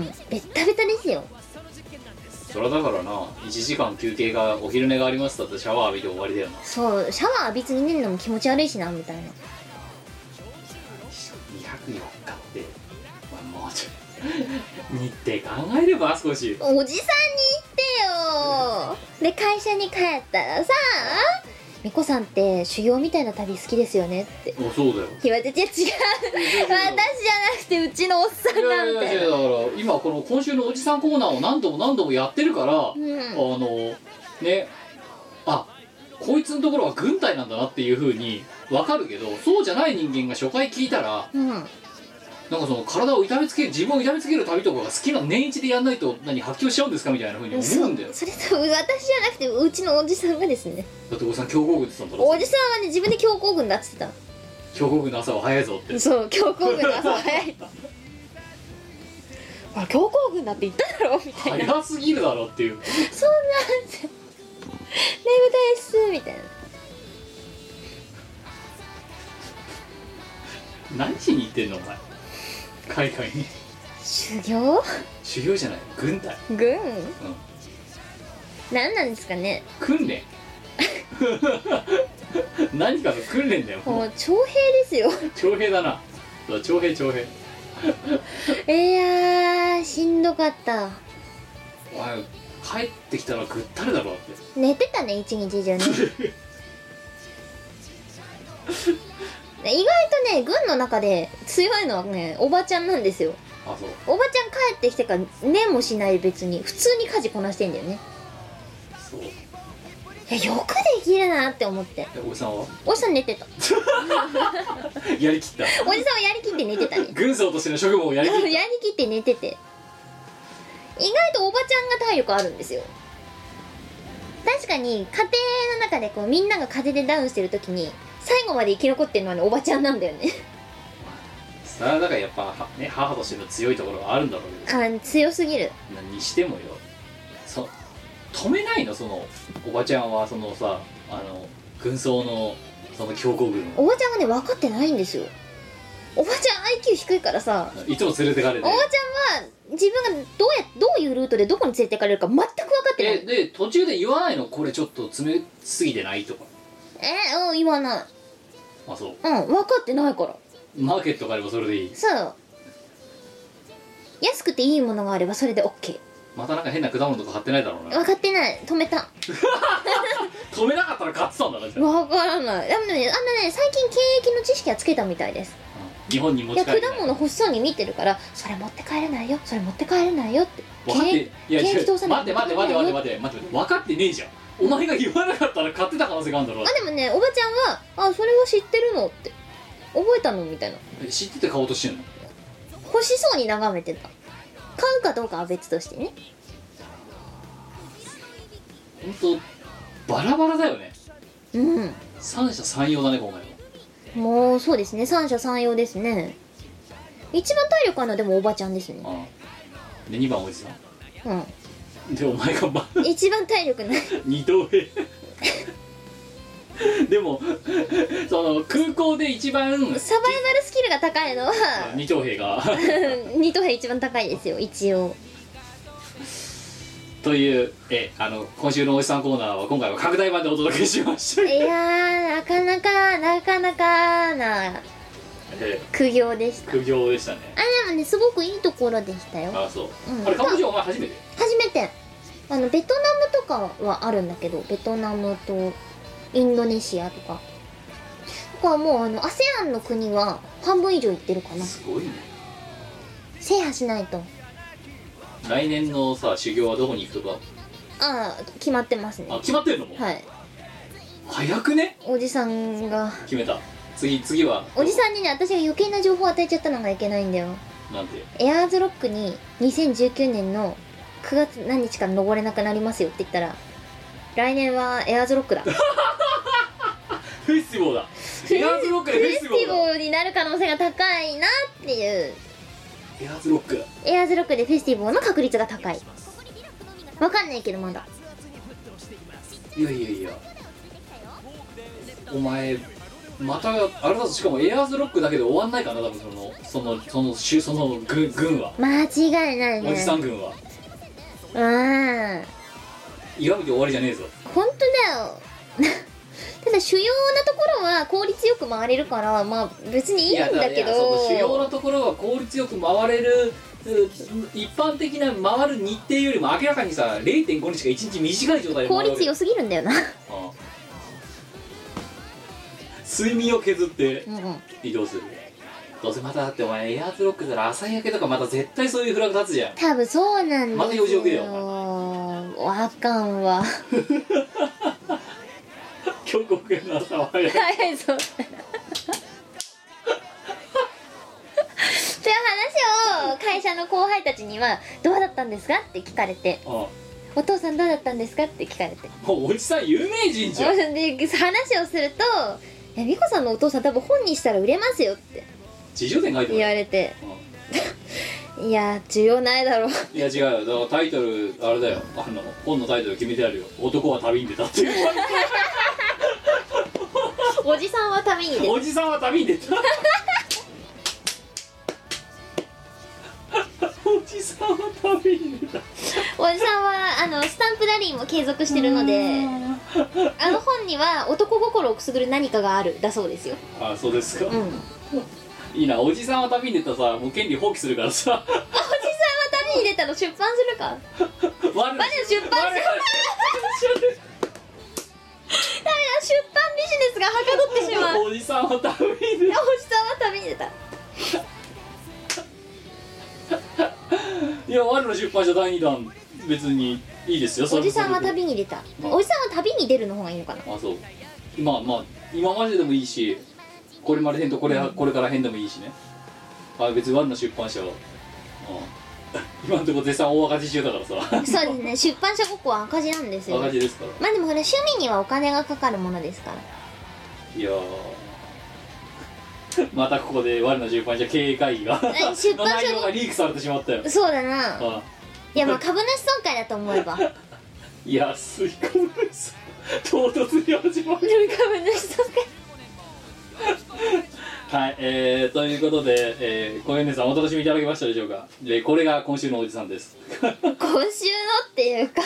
ベッタベタですよ。 それはだからないちじかん休憩がお昼寝がありますだってシャワー浴びて終わりだよな。 そう、シャワー浴びずに寝るのも気持ち悪いしなみたいな。 にはくよっかって、まあ、もうちょい日程考えれば少し。 おじさんに言ってよ。で会社に帰ったらさ、 みこさんって修行みたいな旅好きですよねってあそうだよ。 言われて、いや違う私じゃなくてうちのおっさんいがみたいな。 やいやいやだから今この今週のおじさんコーナーを何度も何度もやってるから、 うん、 あのねあこいつのところは軍隊なんだなっていう風に分かるけど、そうじゃない人間が初回聞いたら、 うん、 なんかその体を痛めつける自分を痛めつける旅とかが好きな年一でやんないと何発狂しちゃうんですかみたいな風に思うんだよ。 そそれと私じゃなくてうちのおじさんがですね、 だっておじさん強行軍って言ってたんだろ。 おじさんはね自分で強行軍だっつってたの。 強行軍の朝は早いぞって。 そう強行軍の朝は早いほら強行軍だって言っただろみたいな。 早すぎるだろっていう。 そうなんですよ眠たいっすみたいな。 何しに行ってんのお前海外に。 修行修行じゃない軍隊。 軍、 うん何なんですかね。 訓練何かの訓練だよ。 もう徴兵ですよ徴兵だな。そう徴兵徴兵。 いやーしんどかった。 お前帰ってきたらぐったれだろだって。 寝てたね一日中ね意外とね軍の中で強いのはねおばちゃんなんですよ。 あそう。 おばちゃん帰ってきてから寝もしない別に普通に家事こなしてんだよね。 そう。 いやよくできるなって思って。 えおじさんはおじさん寝てたやりきった。 おじさんはやりきって寝てたね軍曹としての職務をやりきった。 やりきって寝てて、意外とおばちゃんが体力あるんですよ。確かに家庭の中でこうみんなが風邪でダウンしてる時に最後まで生き残ってるのはねおばちゃんなんだよねそれはだからやっぱ、ね、母としての強いところがあるんだろうけど。 あ強すぎる。 にしてもよ、そ止めないのそのおばちゃんはそのさあの軍曹のその強行軍おばちゃんがね分かってないんですよ。おばちゃん アイキュー 低いからさ、 いつも連れてかれて。 おばちゃんは自分がどうやどういうルートでどこに連れてかれるか全く分かってない。 えで途中で言わないのこれちょっと詰めすぎてないとか。 えー、うん言わない。 あそう。 うん分かってないから。 マーケットがあればそれでいい。 そう安くていいものがあればそれで OK。 またなんか変な果物とか貼ってないだろうな。 分かってない。止めた止めなかったら買ってたんだなじゃあ。 分からない。でもねあのね最近経営の知識はつけたみたいです。 日本に持いやち帰ってない。 果物欲しそうに見てるからそれ持って帰れないよそれ持って帰れないよって分かっていや経営違う気通さない待って待って待って待って待って待って分かってねえじゃん。お前が言わなかったら買ってた可能性があるんだろう。 あでもねおばちゃんはあそれは知ってるのって覚えたのみたいな。 え知ってて買おうとしてんの。 欲しそうに眺めてた。買うかどうかは別としてね。 ほんとバラバラだよね。 うん三者三様だね今回は。 もうそうですね三者三様ですね。一番体力あるのはでもおばちゃんですね。 ああでにばんおじさうんんでお前がば一番体力ない二等兵でもその空港で一番サバイバルスキルが高いのは二等兵が二等兵一番高いですよ一応。 というえあの今週のおじさんコーナーは今回は拡大版でお届けしました。 いやーなかなかなかなかなで苦行でした。 苦行でしたね。 あでもねすごくいいところでしたよ。 あそう、 うんあれカンボジアお前初めて。 初めてあのベトナムとかはあるんだけどベトナムとインドネシアとかとかもうあの アセアン の国は半分以上行ってるかな。 すごいね。 制覇しないと。 来年のさ修行はどこに行くとか。 ああ決まってますね。 あ決まってんのもう、 はい。 早くね。 おじさんが決めた。次次はおじさんにね私が余計な情報を与えちゃったのがいけないんだよ。 なんて。 エアーズロックににせんじゅうきゅうねんのくがつ何日から登れなくなりますよって言ったら来年はエアーズロックだフェスティボーだ。エアーズロックでフェスティボーだ。 フェスティボーになる可能性が高いなっていう。 エアーズロックエアーズロックでフェスティボーの確率が高い。わかんないけどまだ。 いやいやいやお前またあれだとしかもエアーズロックだけで終わんないかな多分そのそのそのそのその軍軍は間違いないね。 おじさん軍はうん岩見て終わりじゃねえぞ。 ほんとだよただ主要なところは効率よく回れるからまあ別にいいんだけど、 いやその主要なところは効率よく回れる一般的な回る日程よりも明らかにさ れいてんご 日かいちにち短い状態で回るわけ。 効率良すぎるんだよなああ睡眠を削ってうんうん移動する。どうせまただってお前エアーズロックだら朝焼けとかまた絶対そういうフラグ立つじゃん。 多分そうなんですよ。 またよじ起きだよあかんわ。 今日国権の朝は早い。 はいそう。という話を会社の後輩たちにはどうだったんですかって聞かれて、 あお父さんどうだったんですかって聞かれて、 もうおじさん有名人じゃん。 で話をすると「え美子さんのお父さん多分本にしたら売れますよ」って地上点書いて言わる。 れて、いや需要ないだろう。 いや違うよ、だからタイトルあれだよ、あの本のタイトル決めてあるよ。男は旅に出たっていう。 おじさんは旅に出おじさんは旅に出た。おじさんは旅に出た。 おじさんはあのスタンプラリーも継続してるので、あの本には男心をくすぐる何かがあるだそうですよ。 あ、そうですか。 うん。 いいな、おじさんは旅に出たさ、もう権利放棄するからさ。 おじさんは旅に出たの出版するか。 我マジで出版する。ダメだ、出版ビジネスがはかどってしまう。 おじさんは旅に出た。 おじさんは旅に出た。 いや、我の出版社だいにだん別にいいですよ。 おじさんは旅に出た。おじさんは旅に出るの方がいいのかな。 あ、そう。まあまあ今まででもいいし、これまで編とこれ、うん、これから編でもいいしね。あ、別に我の出版社は、うん、今のところ絶賛大赤字中だからさ。 そうですね、出版社ごっこは赤字なんですよ。 赤字ですから。 まあでもこれ趣味にはお金がかかるものですから。 いやーまたここで我の出版社経営会議が出版社の内容がリークされてしまったよ。 そうだな。 ああ、 いやまあ株主総会だと思えば。 安い株主唐突に始まる。 株主総会はい、えー、ということで、えー、小米さんお楽しみいただけましたでしょうか。でこれが今週のおじさんです。 今週のっていうか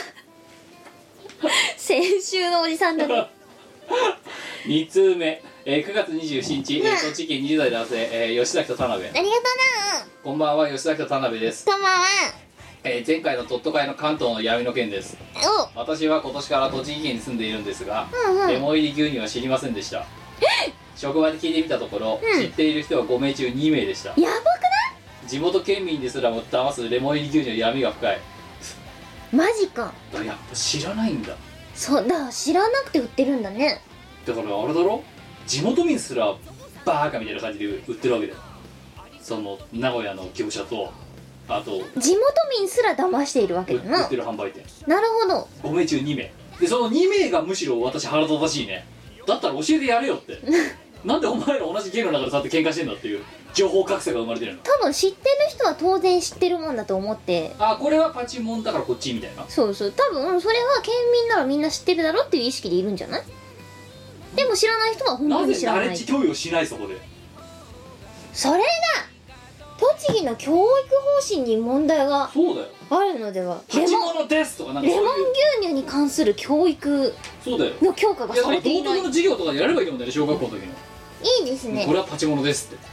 先週のおじさんだね。 みっつめ、えー、くがつにじゅうしちにち、えー、栃木県にじゅうだい男性、えー、吉崎と田辺。 ありがとうな。 こんばんは、吉崎と田辺です。 こんばんは。 えー、前回のトット会の関東の闇の件です。 お、 私は今年から栃木県に住んでいるんですが、 うんうん、 レモン入り牛乳は知りませんでした。職場で聞いてみたところ、うん、知っている人はごめいちゅうにめいでした。 やばくない？ 地元県民ですらも騙すレモン入り牛乳の闇が深い。 マジか。 だやっぱ知らないんだ。 そうだ、知らなくて売ってるんだね。 だからあれだろ、地元民すらバーカみたいな感じで売ってるわけだよ。その名古屋の業者と、あと地元民すら騙しているわけだな。 売ってる販売店。なるほど。 ごめいちゅうにめいで、そのにめいがむしろ私腹立たしいね。だったら教えてやれよってなんでお前ら同じ家の中でさって喧嘩してんだっていう情報格差が生まれてるの。 多分知ってる人は当然知ってるもんだと思って、 あ、これはパチモンだからこっちみたいな。 そうそう、多分それは県民ならみんな知ってるだろっていう意識でいるんじゃない？でも知らない人は本当に知らない。 なぜナレッジ共有をしない。そこでそれが栃木の教育方針に問題がそうだよあるのでは。 パチモノですとかなんかそういうレモン牛乳に関する教育の強化がされていない。 道徳の授業とかでやればいいと思うんだよね、小学校の時の。 いいですね。 これはパチモノですって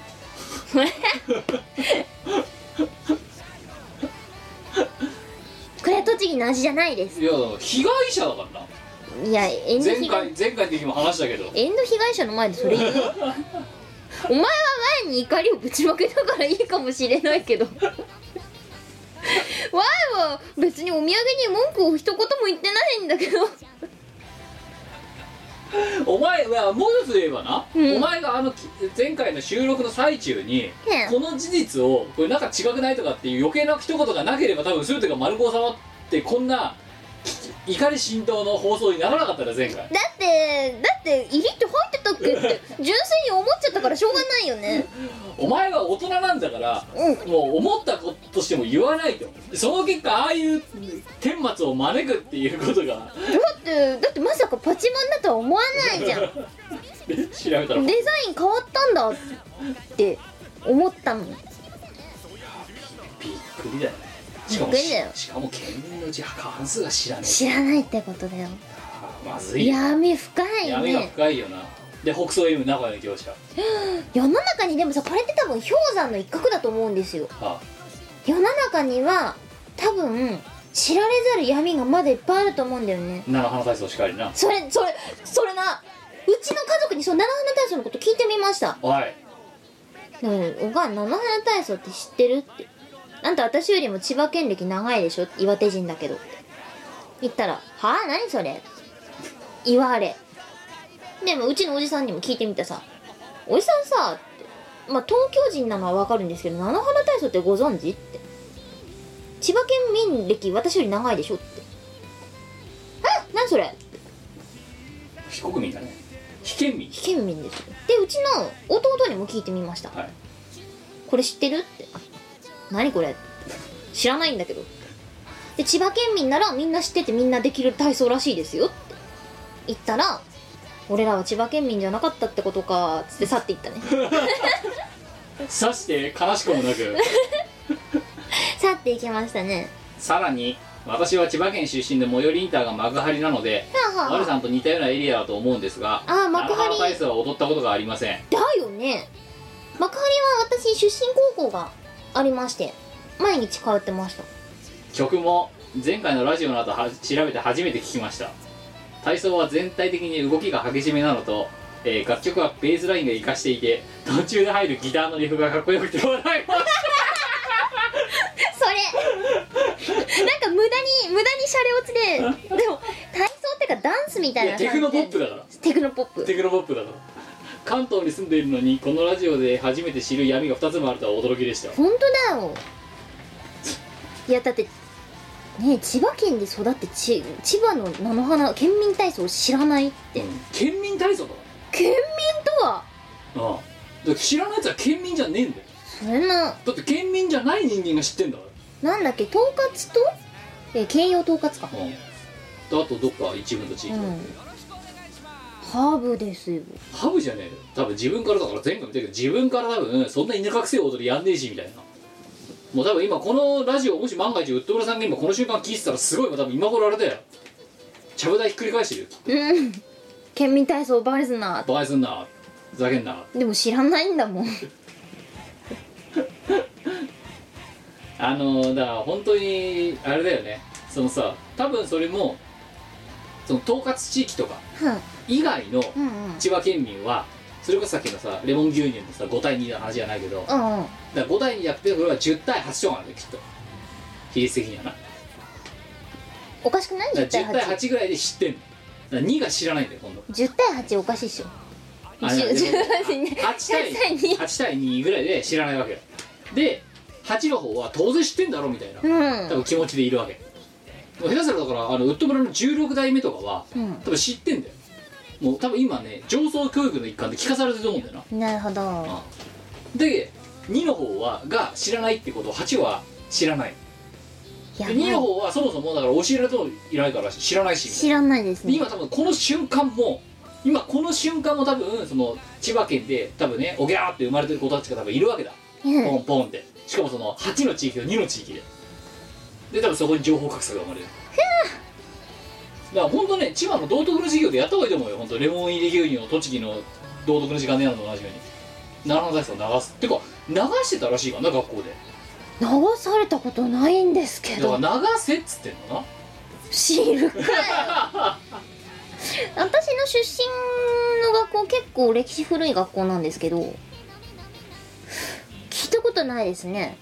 これは栃木の味じゃないです。 いや被害者だからな。 いや、縁の被害前回前回の時も話したけど、 縁の被害者の前でそれ言うお前は前に怒りをぶちまけたからいいかもしれないけどワイは別にお土産に文句を一言も言ってないんだけどお前はもう一つ言えばな、うん、お前があの前回の収録の最中に、ね、この事実をこれなんか違くないとかっていう余計な一言がなければ多分全てが丸く収まってこんな怒り浸透の放送にならなかったら前回。だってだって入りって入ってたっけって純粋に思っちゃったからしょうがないよねお前は大人なんだから、うん、もう思ったこととしても言わないと。その結果ああいう顛末を招くっていうことがだってだってまさかパチモンだとは思わないじゃん調べたらデザイン変わったんだって思ったもん。びっくりだよね。しかもしかも県民のうち過半数が知らない知らないってことだよ。 まずい。 闇深いね。 闇が深いよな。で北総 M 名古屋の業者世の中にでもさ、これって多分氷山の一角だと思うんですよ。ああ、世の中には多分知られざる闇がまだいっぱいあると思うんだよね。 菜の花体操しかりな。 それそれそれなうちの家族にその菜の花体操のこと聞いてみました。 はいでもおかん菜の花体操って知ってるって、あんた私よりも千葉県歴長いでしょ、岩手人だけどって言ったら、はあ何それ言われ。でもうちのおじさんにも聞いてみたさ、おじさんさって、まあ東京人なのはわかるんですけど菜の花体操ってご存知って、千葉県民歴私より長いでしょって、あ何それって、 非国民だね、非県民、 非県民ですよ。でうちの弟にも聞いてみました、 はい、 これ知ってるって、何これ知らないんだけど、で千葉県民ならみんな知っててみんなできる体操らしいですよって言ったら、俺らは千葉県民じゃなかったってことかつって去っていったねさして悲しくもなく去っていきましたね。 さらに私は千葉県出身で最寄りインターが幕張なので、 はあはあ、 マルさんと似たようなエリアだと思うんですが、 ああ幕張菜の花体操は踊ったことがありません。 だよね。幕張は私出身高校がありまして毎日通ってました。 曲も前回のラジオの後は調べて初めて聞きました。体操は全体的に動きが激しめなのと、えー、楽曲はベースラインが活かしていて途中で入るギターのリフがかっこよくて笑いましたそれなんか無駄に無駄にシャレオツででも体操ってかダンスみたいな感じで、 テクノポップだからテクノポップテクノポップだから関東に住んでいるのにこのラジオで初めて知る闇がふたつもあるとは驚きでした。 本当だよ。いやだってねえ千葉県で育ってち千葉の菜の花県民体操を知らないって、うん、 県民体操だ県民とはああだから知らないやつは県民じゃねえんだよ。 それなだって県民じゃない人間が知ってんだから。 なんだっけ統括とえ京葉統括か、 うん、あとどっか一部の地域だ、うん、 ハーブですよ。 ハブじゃねえよ多分自分からだから前回見たけど自分から多分そんな田舎くせえ踊りやんねえしみたいな。もう多分今このラジオもし万が一ウッド村さんが今この瞬間聞いてたらすごいもう多分今頃あれだよちゃぶ台ひっくり返してるよ。 うん県民体操バレすんなバレすんなふざけんな。 でも知らないんだもんあのだから本当にあれだよね、そのさ多分それもその統括地域とか以外の千葉県民はそれこそさっきのさレモン牛乳のさごたいにの話じゃないけど、うんうん、だからごたいにやってこれはじゅうたいはちとかなんだよきっと比率的にはな。 おかしくない？ じゅうたいはちじゅうたいはちぐらいで知ってんの。だからにが知らないんだよ今度。 じゅうたいはちおかしいっしょ。 あじゅうはちたいにぐらいで知らないわけよ。ではちの方は当然知ってんだろみたいな、うん、多分気持ちでいるわけ。下手すらだからあのウッド村のじゅうろくだいめとかは、うん、多分知ってんだよ。もう多分今ね上層教育の一環で聞かされてると思うんだよな。 なるほど、 うん、でにの方はが知らないってことをはちは知らない。でにの方はそもそもだから教えられてもいないから知らないし知らないですね。 で今多分この瞬間も今この瞬間も多分その千葉県で多分ねおぎゃーって生まれてる子たちが多分いるわけだ、うん、ポンポンって。しかもそのはちの地域とにの地域でで多分そこに情報格差が生まれる。だから本当ね千葉の道徳の授業でやった方がいいと思うよ本当。レモン入り牛乳の栃木の道徳の時間でやるのと同じように奈良の体操を流すってか流してたらしいかな学校で。 流されたことないんですけど。 だから流せっつってんのな。 知るかよ私の出身の学校結構歴史古い学校なんですけど聞いたことないですね。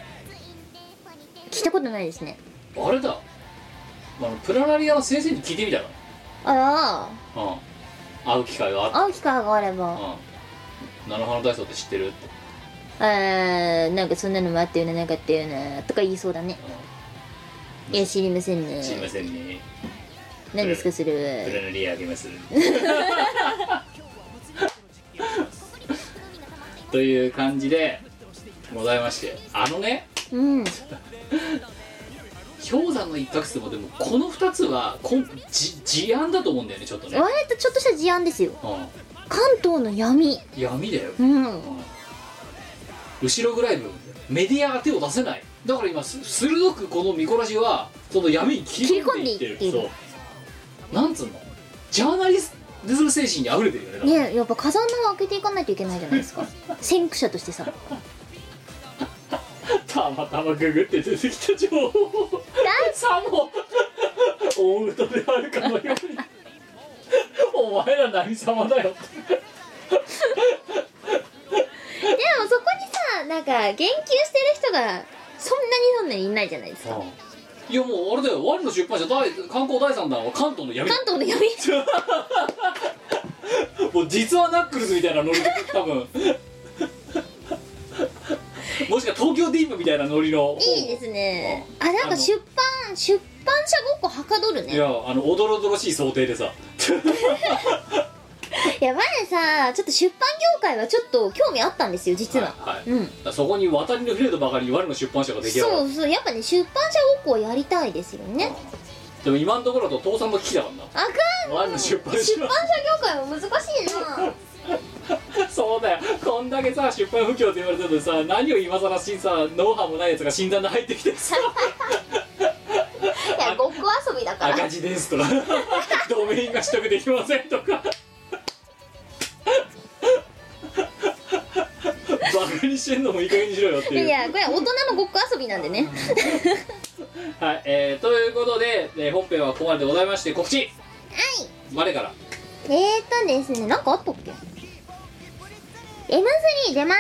聞いたことないですね。 あれだあのプラナリアの先生に聞いてみたら。 ああ、 うん、会う機会があった。 会う機会があれば、うん、 菜の花体操って知ってるって。 あーなんかそんなのもあったよねなかったよなとか言いそうだね、うん、いや知りませんね知りませんね。 何ですかそれは。 プラナリアあげますという感じでございまして、あのねうん氷山の一角ってもでもこのふたつはこんじ事案だと思うんだよねちょっとね。 割とちょっとした事案ですよ、うん、関東の闇闇だよ、 うん、うん、 後ろぐらい分メディアが手を出せない。だから今鋭くこのミコラジはその闇に切り込んでいってる。そうなんつうのジャーナリスト精神にあふれてるよね。 ねやっぱ風穴を開けていかないといけないじゃないですか先駆者としてさたまたまググって出てきた情報さも大歌であるかのようにお前ら何神様だよでもそこにさ、なんか言及してる人がそんなにそんなにいないじゃないですか。 ああいやもうあれだよ、我の出版社大観光第三弾は関東の闇関東の闇もう実はナックルズみたいなノリで多分もしくは東京ディープみたいなノリのいいですね。あ、なんか出版出版社ごっこはかどるね。 いやあのおどろおどろしい想定でさいや、前さ、ちょっと出版業界はちょっと興味あったんですよ、実は。 はい、はい、 うん。 そこに渡りの触れたばかりに我の出版社が出来上がる。 そうそう、やっぱね、出版社ごっこをやりたいですよね。 でも今のところだと倒産の危機だからな。 あかん。 我の出版社出版社業界は難しいなそうだよ、こんだけさ出版不況って言われてるのにさ、何を今更しさノウハウもないやつが診断で入ってきてさいや、ごっこ遊びだから。 赤字ですとかドメインが取得できませんとかバカにしてんのもいい加減にしろよっていう。 いや、これは大人のごっこ遊びなんでねはい、えー、ということで、えー、本編はここまででございまして、告知。 はい。 我からえーとですね、なんかあったっけ？ エムスリー 出ます。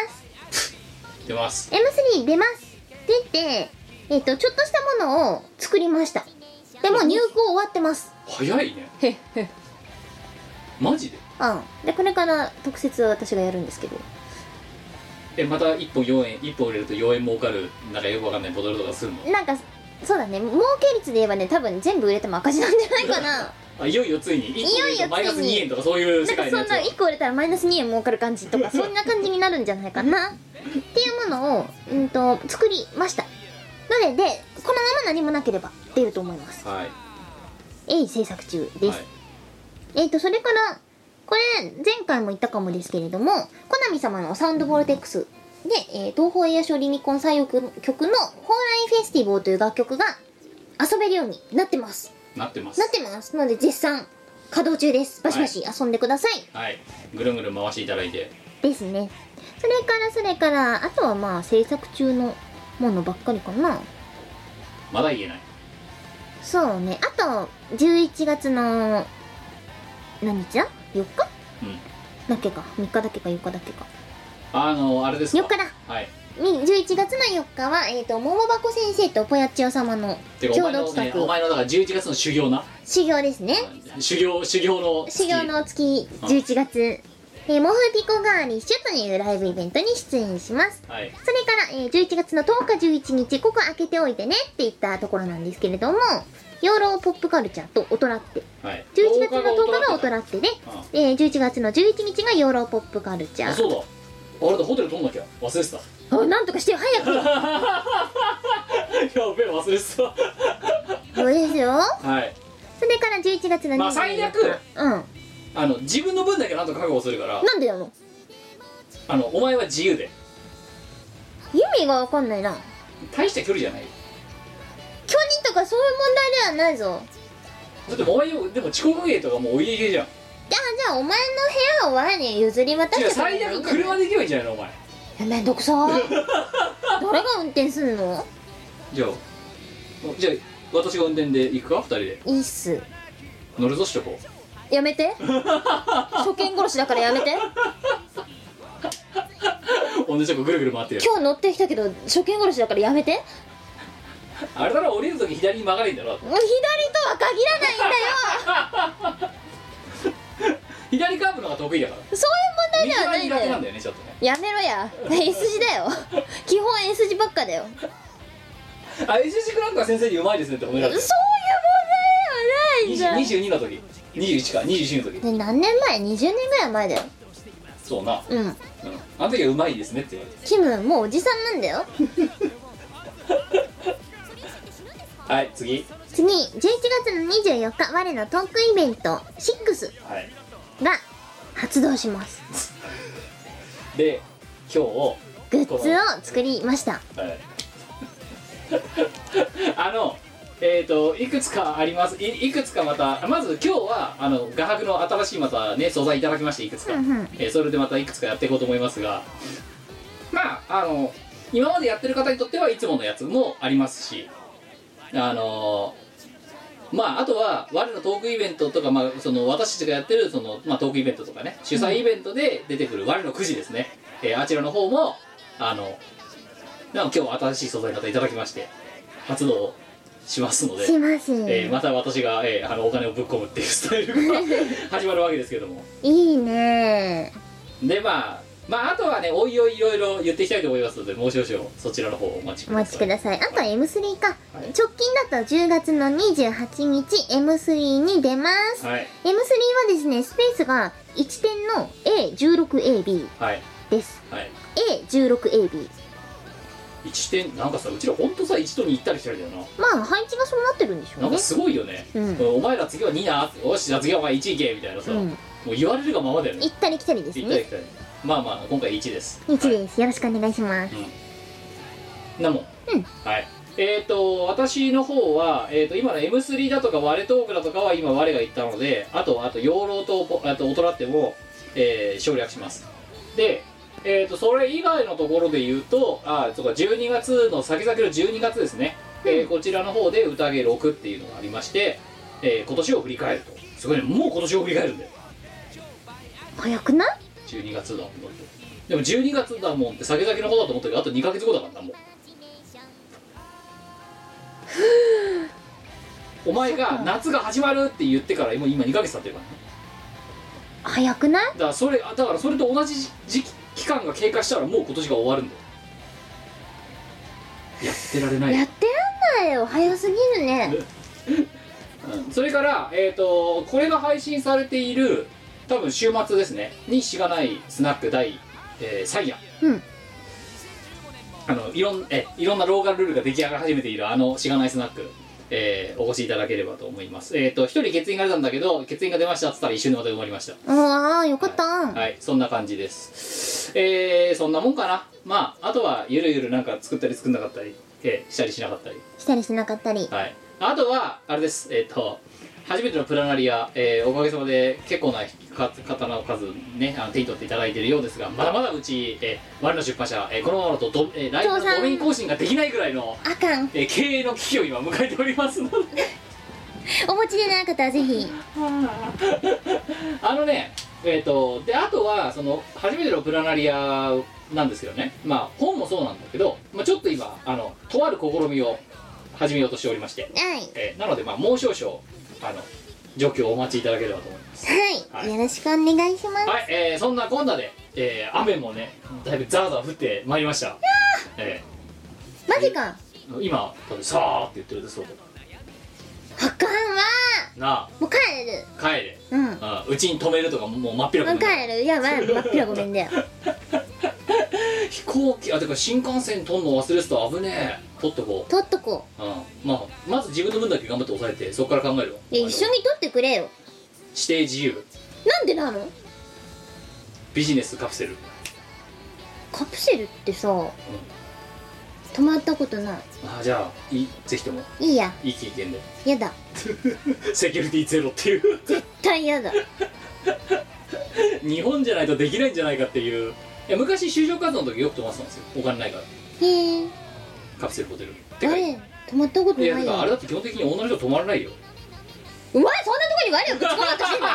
出ます。 エムスリー 出ます。出て、えっと、ちょっとしたものを作りました。でも入稿終わってます。 早いね。 へっへ。 マジで。 うん。で、これから特設は私がやるんですけど。 え、またいっぽんよんえん、いっぽん売れるとよえん儲かる、なんかよくわかんないボトルとかするの？ なんか、そうだね、儲け率で言えばね、多分全部売れても赤字なんじゃないかな。 あ、いよいよついにいっこ売れるとマイナスにえんとかそういう世界のやつ。 なんかそんないっこ売れたらマイナスにえん儲かる感じとかそんな感じになるんじゃないかなっていうものを、うんと、作りました。ので、で、このまま何もなければ出ると思います。 はい。 鋭意制作中です。 はい、 えーと、それから、これ、前回も言ったかもですけれども、コナミ様のサウンドボルテックスで、えー、東方エアショーリミコン採用曲の「蓬莱フェスティボー」という楽曲が遊べるようになってます。 なってます。 なってますので絶賛稼働中です。バシバシ遊んでください。 はい、ぐるぐる回していただいてですね。それからそれからあとはまあ制作中のものばっかりかな。 まだ言えない。 そうね。あとじゅういちがつの何日だよっかうんだっけかみっかだけかよっかだけかあのあれですかよっかだ。 はい。 じゅういちがつのよっかは、えーと、桃箱先生とぽやっちお様の共同企画。 お前のだからじゅういちがつの修行な。 修行ですね。 修行、修行の月。 修行の月、じゅういちがつ。えー、モフピコガーリッシュというライブイベントに出演します。 はい。 それから、えー、じゅういちがつのとおかじゅういちにち、ここ開けておいてねって言ったところなんですけれども、養老ポップカルチャーとオトラッテ。 はい。 じゅういちがつのとおかがオトラッテで、えー、じゅういちがつのじゅういちにちが養老ポップカルチャー。 あ、そうだ。あれだ、ホテル取んなきゃ。忘れてた。 あ、なんとかしてよ、早く。 やべえ、忘れてた。 そうですよ。 はい。 それからじゅういちがつのにじゅうよっか。 まあ最悪、 うん。 あの、自分の分だけなんとか確保するから、 なんでやの？ あの、お前は自由で。 意味がわかんないな。 大した距離じゃない。 距離とかそういう問題ではないぞ。 だってお前よ、でも遅刻芸とかもうお家芸じゃん。 じゃあ、じゃあお前の部屋を我に譲り渡して違う、最悪車で行けばいいんじゃないのお前。 え、めんどくさー誰が運転すんの？ じゃあ、じゃあ私が運転で行くか二人で。 いいっす。 乗るぞしとこう。 やめて初見殺しだからやめて。 同じとこぐるぐる回ってる。 今日乗ってきたけど初見殺しだからやめて。 あれだろ、降りるとき左に曲がるんだろ。 もう左とは限らないんだよ左カーブの方が得意だから。 そういう問題ではないん右は苦手なだよ。 んだよね、ちょっとね。 やめろや S 字だよ基本 S 字ばっかだよ。 あ、エスジクランクは先生にうまいですねって褒められてる。 そういう問題ではないんだ。 にじゅうにの時、にじゅういちか、にじゅういちの時。 で何年前？にじゅうねんぐらい前だよ。 そうな。 うん。 うん。あの時はうまいですねって言われて。 キムもうおじさんなんだよはい、次。 次、じゅういちがつのにじゅうよっか、我のトークイベントシックスはい。 が発動します。 で、今日、 グッズを作りました。 はいあの、えーと、いくつかあります。い, いくつかまた、まず今日はあの画伯の新しいまたね素材いただきましていくつか、 うんうん、 えー、それでまたいくつかやっていこうと思いますが、まああの今までやってる方にとってはいつものやつもありますし、あのまああとは我のトークイベントとか、まあ、その私たちがやってるその、まあ、トークイベントとかね主催イベントで出てくる我のくじですね、えー、あちらの方もあのなんか今日新しい素材方いただきまして発動しますのでします、 えー、また私が、えー、あのお金をぶっ込むっていうスタイルが始まるわけですけどもいいね。 でまあまああとはねおいおいいろいろ言っていきたいと思いますのでもう少々そちらの方をお待ちくおださい。 待ちください。あとは エムスリー か、 はい直近だとじゅうがつのにじゅうはちにち エムスリー に出ます、 はいエムスリー はですねスペースがいちてんの エーじゅうろくエービーはいです。 はいエーじゅうろくエービーいちてんなんかさうちらほんとさいちとに行ったり来たりだよな。 まあ配置がそうなってるんでしょうんね。 なかすごいよね、 うんお前ら次はになよしじゃあ次はお前いち行けみたいなさ、 うんもう言われるがままだよね。 行ったり来たりですね。 行ったり来たりまあまあ今回いちです。 いちです。よろしくお願いします。 なもん、 うんはいえっ、ー、と私の方は、えー、と今の エムスリー だとか我トークだとかは今我が言ったのであとあと養老とあと大人っても、えー省略します。でえー、とそれ以外のところで言うとあそうかじゅうにがつの先々のじゅうにがつですね、うんえーこちらの方で宴ろくっていうのがありまして、えー今年を振り返るとすごいねもう今年を振り返るんだよ。 早くない？ じゅうにがつだもんだってでもじゅうにがつだもんって先々の方だと思ったけどあとにかげつごだからなもうお前が夏が始まるって言ってから今今にかげつ経ってるからね。 早くない？ だからそれだからそれと同じ時期期間が経過したらもう今年が終わるんだよ。やってられない。 やってらんないよ。早すぎるね。 うんそれからえっ、とこれが配信されている多分週末ですねにしがないスナック第、えー、さん夜うんあのいろんえいろんなローカルルールが出来上がり始めているあのしがないスナック、えーお越しいただければと思います。えっ、と一人欠員が出たんだけど欠員が出ましたっつったら一瞬でまた埋まりました。 ああよかった、 はい、はい、そんな感じです。えー、そんなもんかな。まああとはゆるゆるなんか作ったり作んなかったり、えーしたりしなかったりしたりしなかったり。 はい、あとはあれですえっ、と初めてのプラナリア、えーおかげさまで結構な方の数ねあの手に取っていただいているようですがまだまだうち、えー、我の出版社、えーこのままだとど、えー、来年のドメイン更新ができないぐらいの、 あかん。 えー経営の危機を今迎えておりますのでお持ちでない方はぜひ。 あのねえっ、とであとはその初めてのプラナリアなんですけどねまあ本もそうなんだけど、まあ、ちょっと今あのとある試みを始めようとしておりまして、 はいえーなのでまあもう少々あの状況をお待ちいただければと思います。 はい、 はいよろしくお願いします。 はい、えーそんなこんなで、えー雨もねだいぶザーザー降ってまいりました。えマジか。 ー今多分さーって言ってるでそうあかんわなあー。もう帰る。 帰れ、 うん。 うん、うちに止めるとかもう真っ平もうごめん帰る。やばい。真っ平ごめんだよ。 飛行機あてか新幹線取んの忘れてた危ねえ取っとこ取っとこう、うん、まあまず自分の分だけ頑張って抑えてそこから考えるわ。 う。いや、一緒に取ってくれよ。 指定自由なんでなの？ ビジネスカプセル、 カプセルってさ、泊まったことない。 あじゃあいいぜひともいいや。 いい経験でやだ。 セキュリティゼロっていう絶対やだ。 日本じゃないとできないんじゃないかっていういや昔就職活動の時よく泊まってたんですよお金ないからへえ。 カプセルホテルてかあれ泊まったこといないよ。 やだからあれだって基本的に女の人泊まらないよお前そんなとこに我をぶち込もうとしてんの？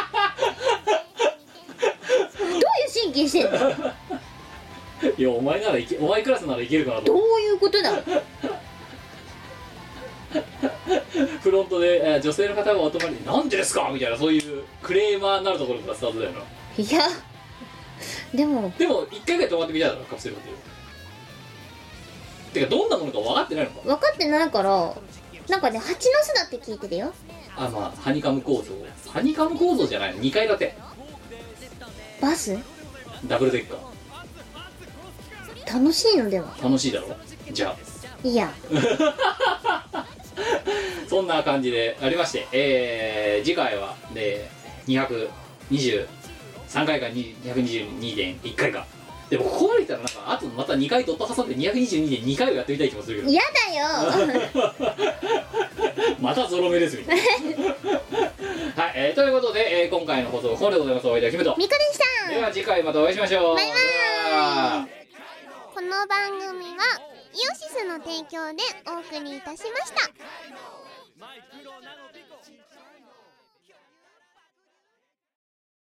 どういう神経してんの？ いやお前ならいけお前クラスならいけるかなとどういうことだ？ フロントで、えー女性の方がお泊まりになんでですかみたいなそういうクレーマーになるところからスタートだよないやでもでも一回ぐらい泊まってみたいだろカプセルホテルてかどんなものか分かってないのか分かってないからなんかね蜂の巣だって聞いてるよ。 あまあハニカム構造ハニカム構造じゃないのにかい建てバスダブルデッカ楽しいのでは？ ー楽しいだろじゃあいやそんな感じでありまして、えー、次回は、ね、にひゃくにじゅうさんかいかにひゃくにじゅうにてんいっかいかでもここまで来たらなんかあとまたにかいドット挟んでにひゃくにじゅうにてんにかいをやってみたい気もするけどやだよまたゾロ目ですみたいなはい、えー、ということで、えー、今回の放送はこれでございます。お相手はキムトミコでした。 では次回またお会いしましょう。 バイバーイ。 この番組はイオシスの提供でお送りいたしました。 マイクロなの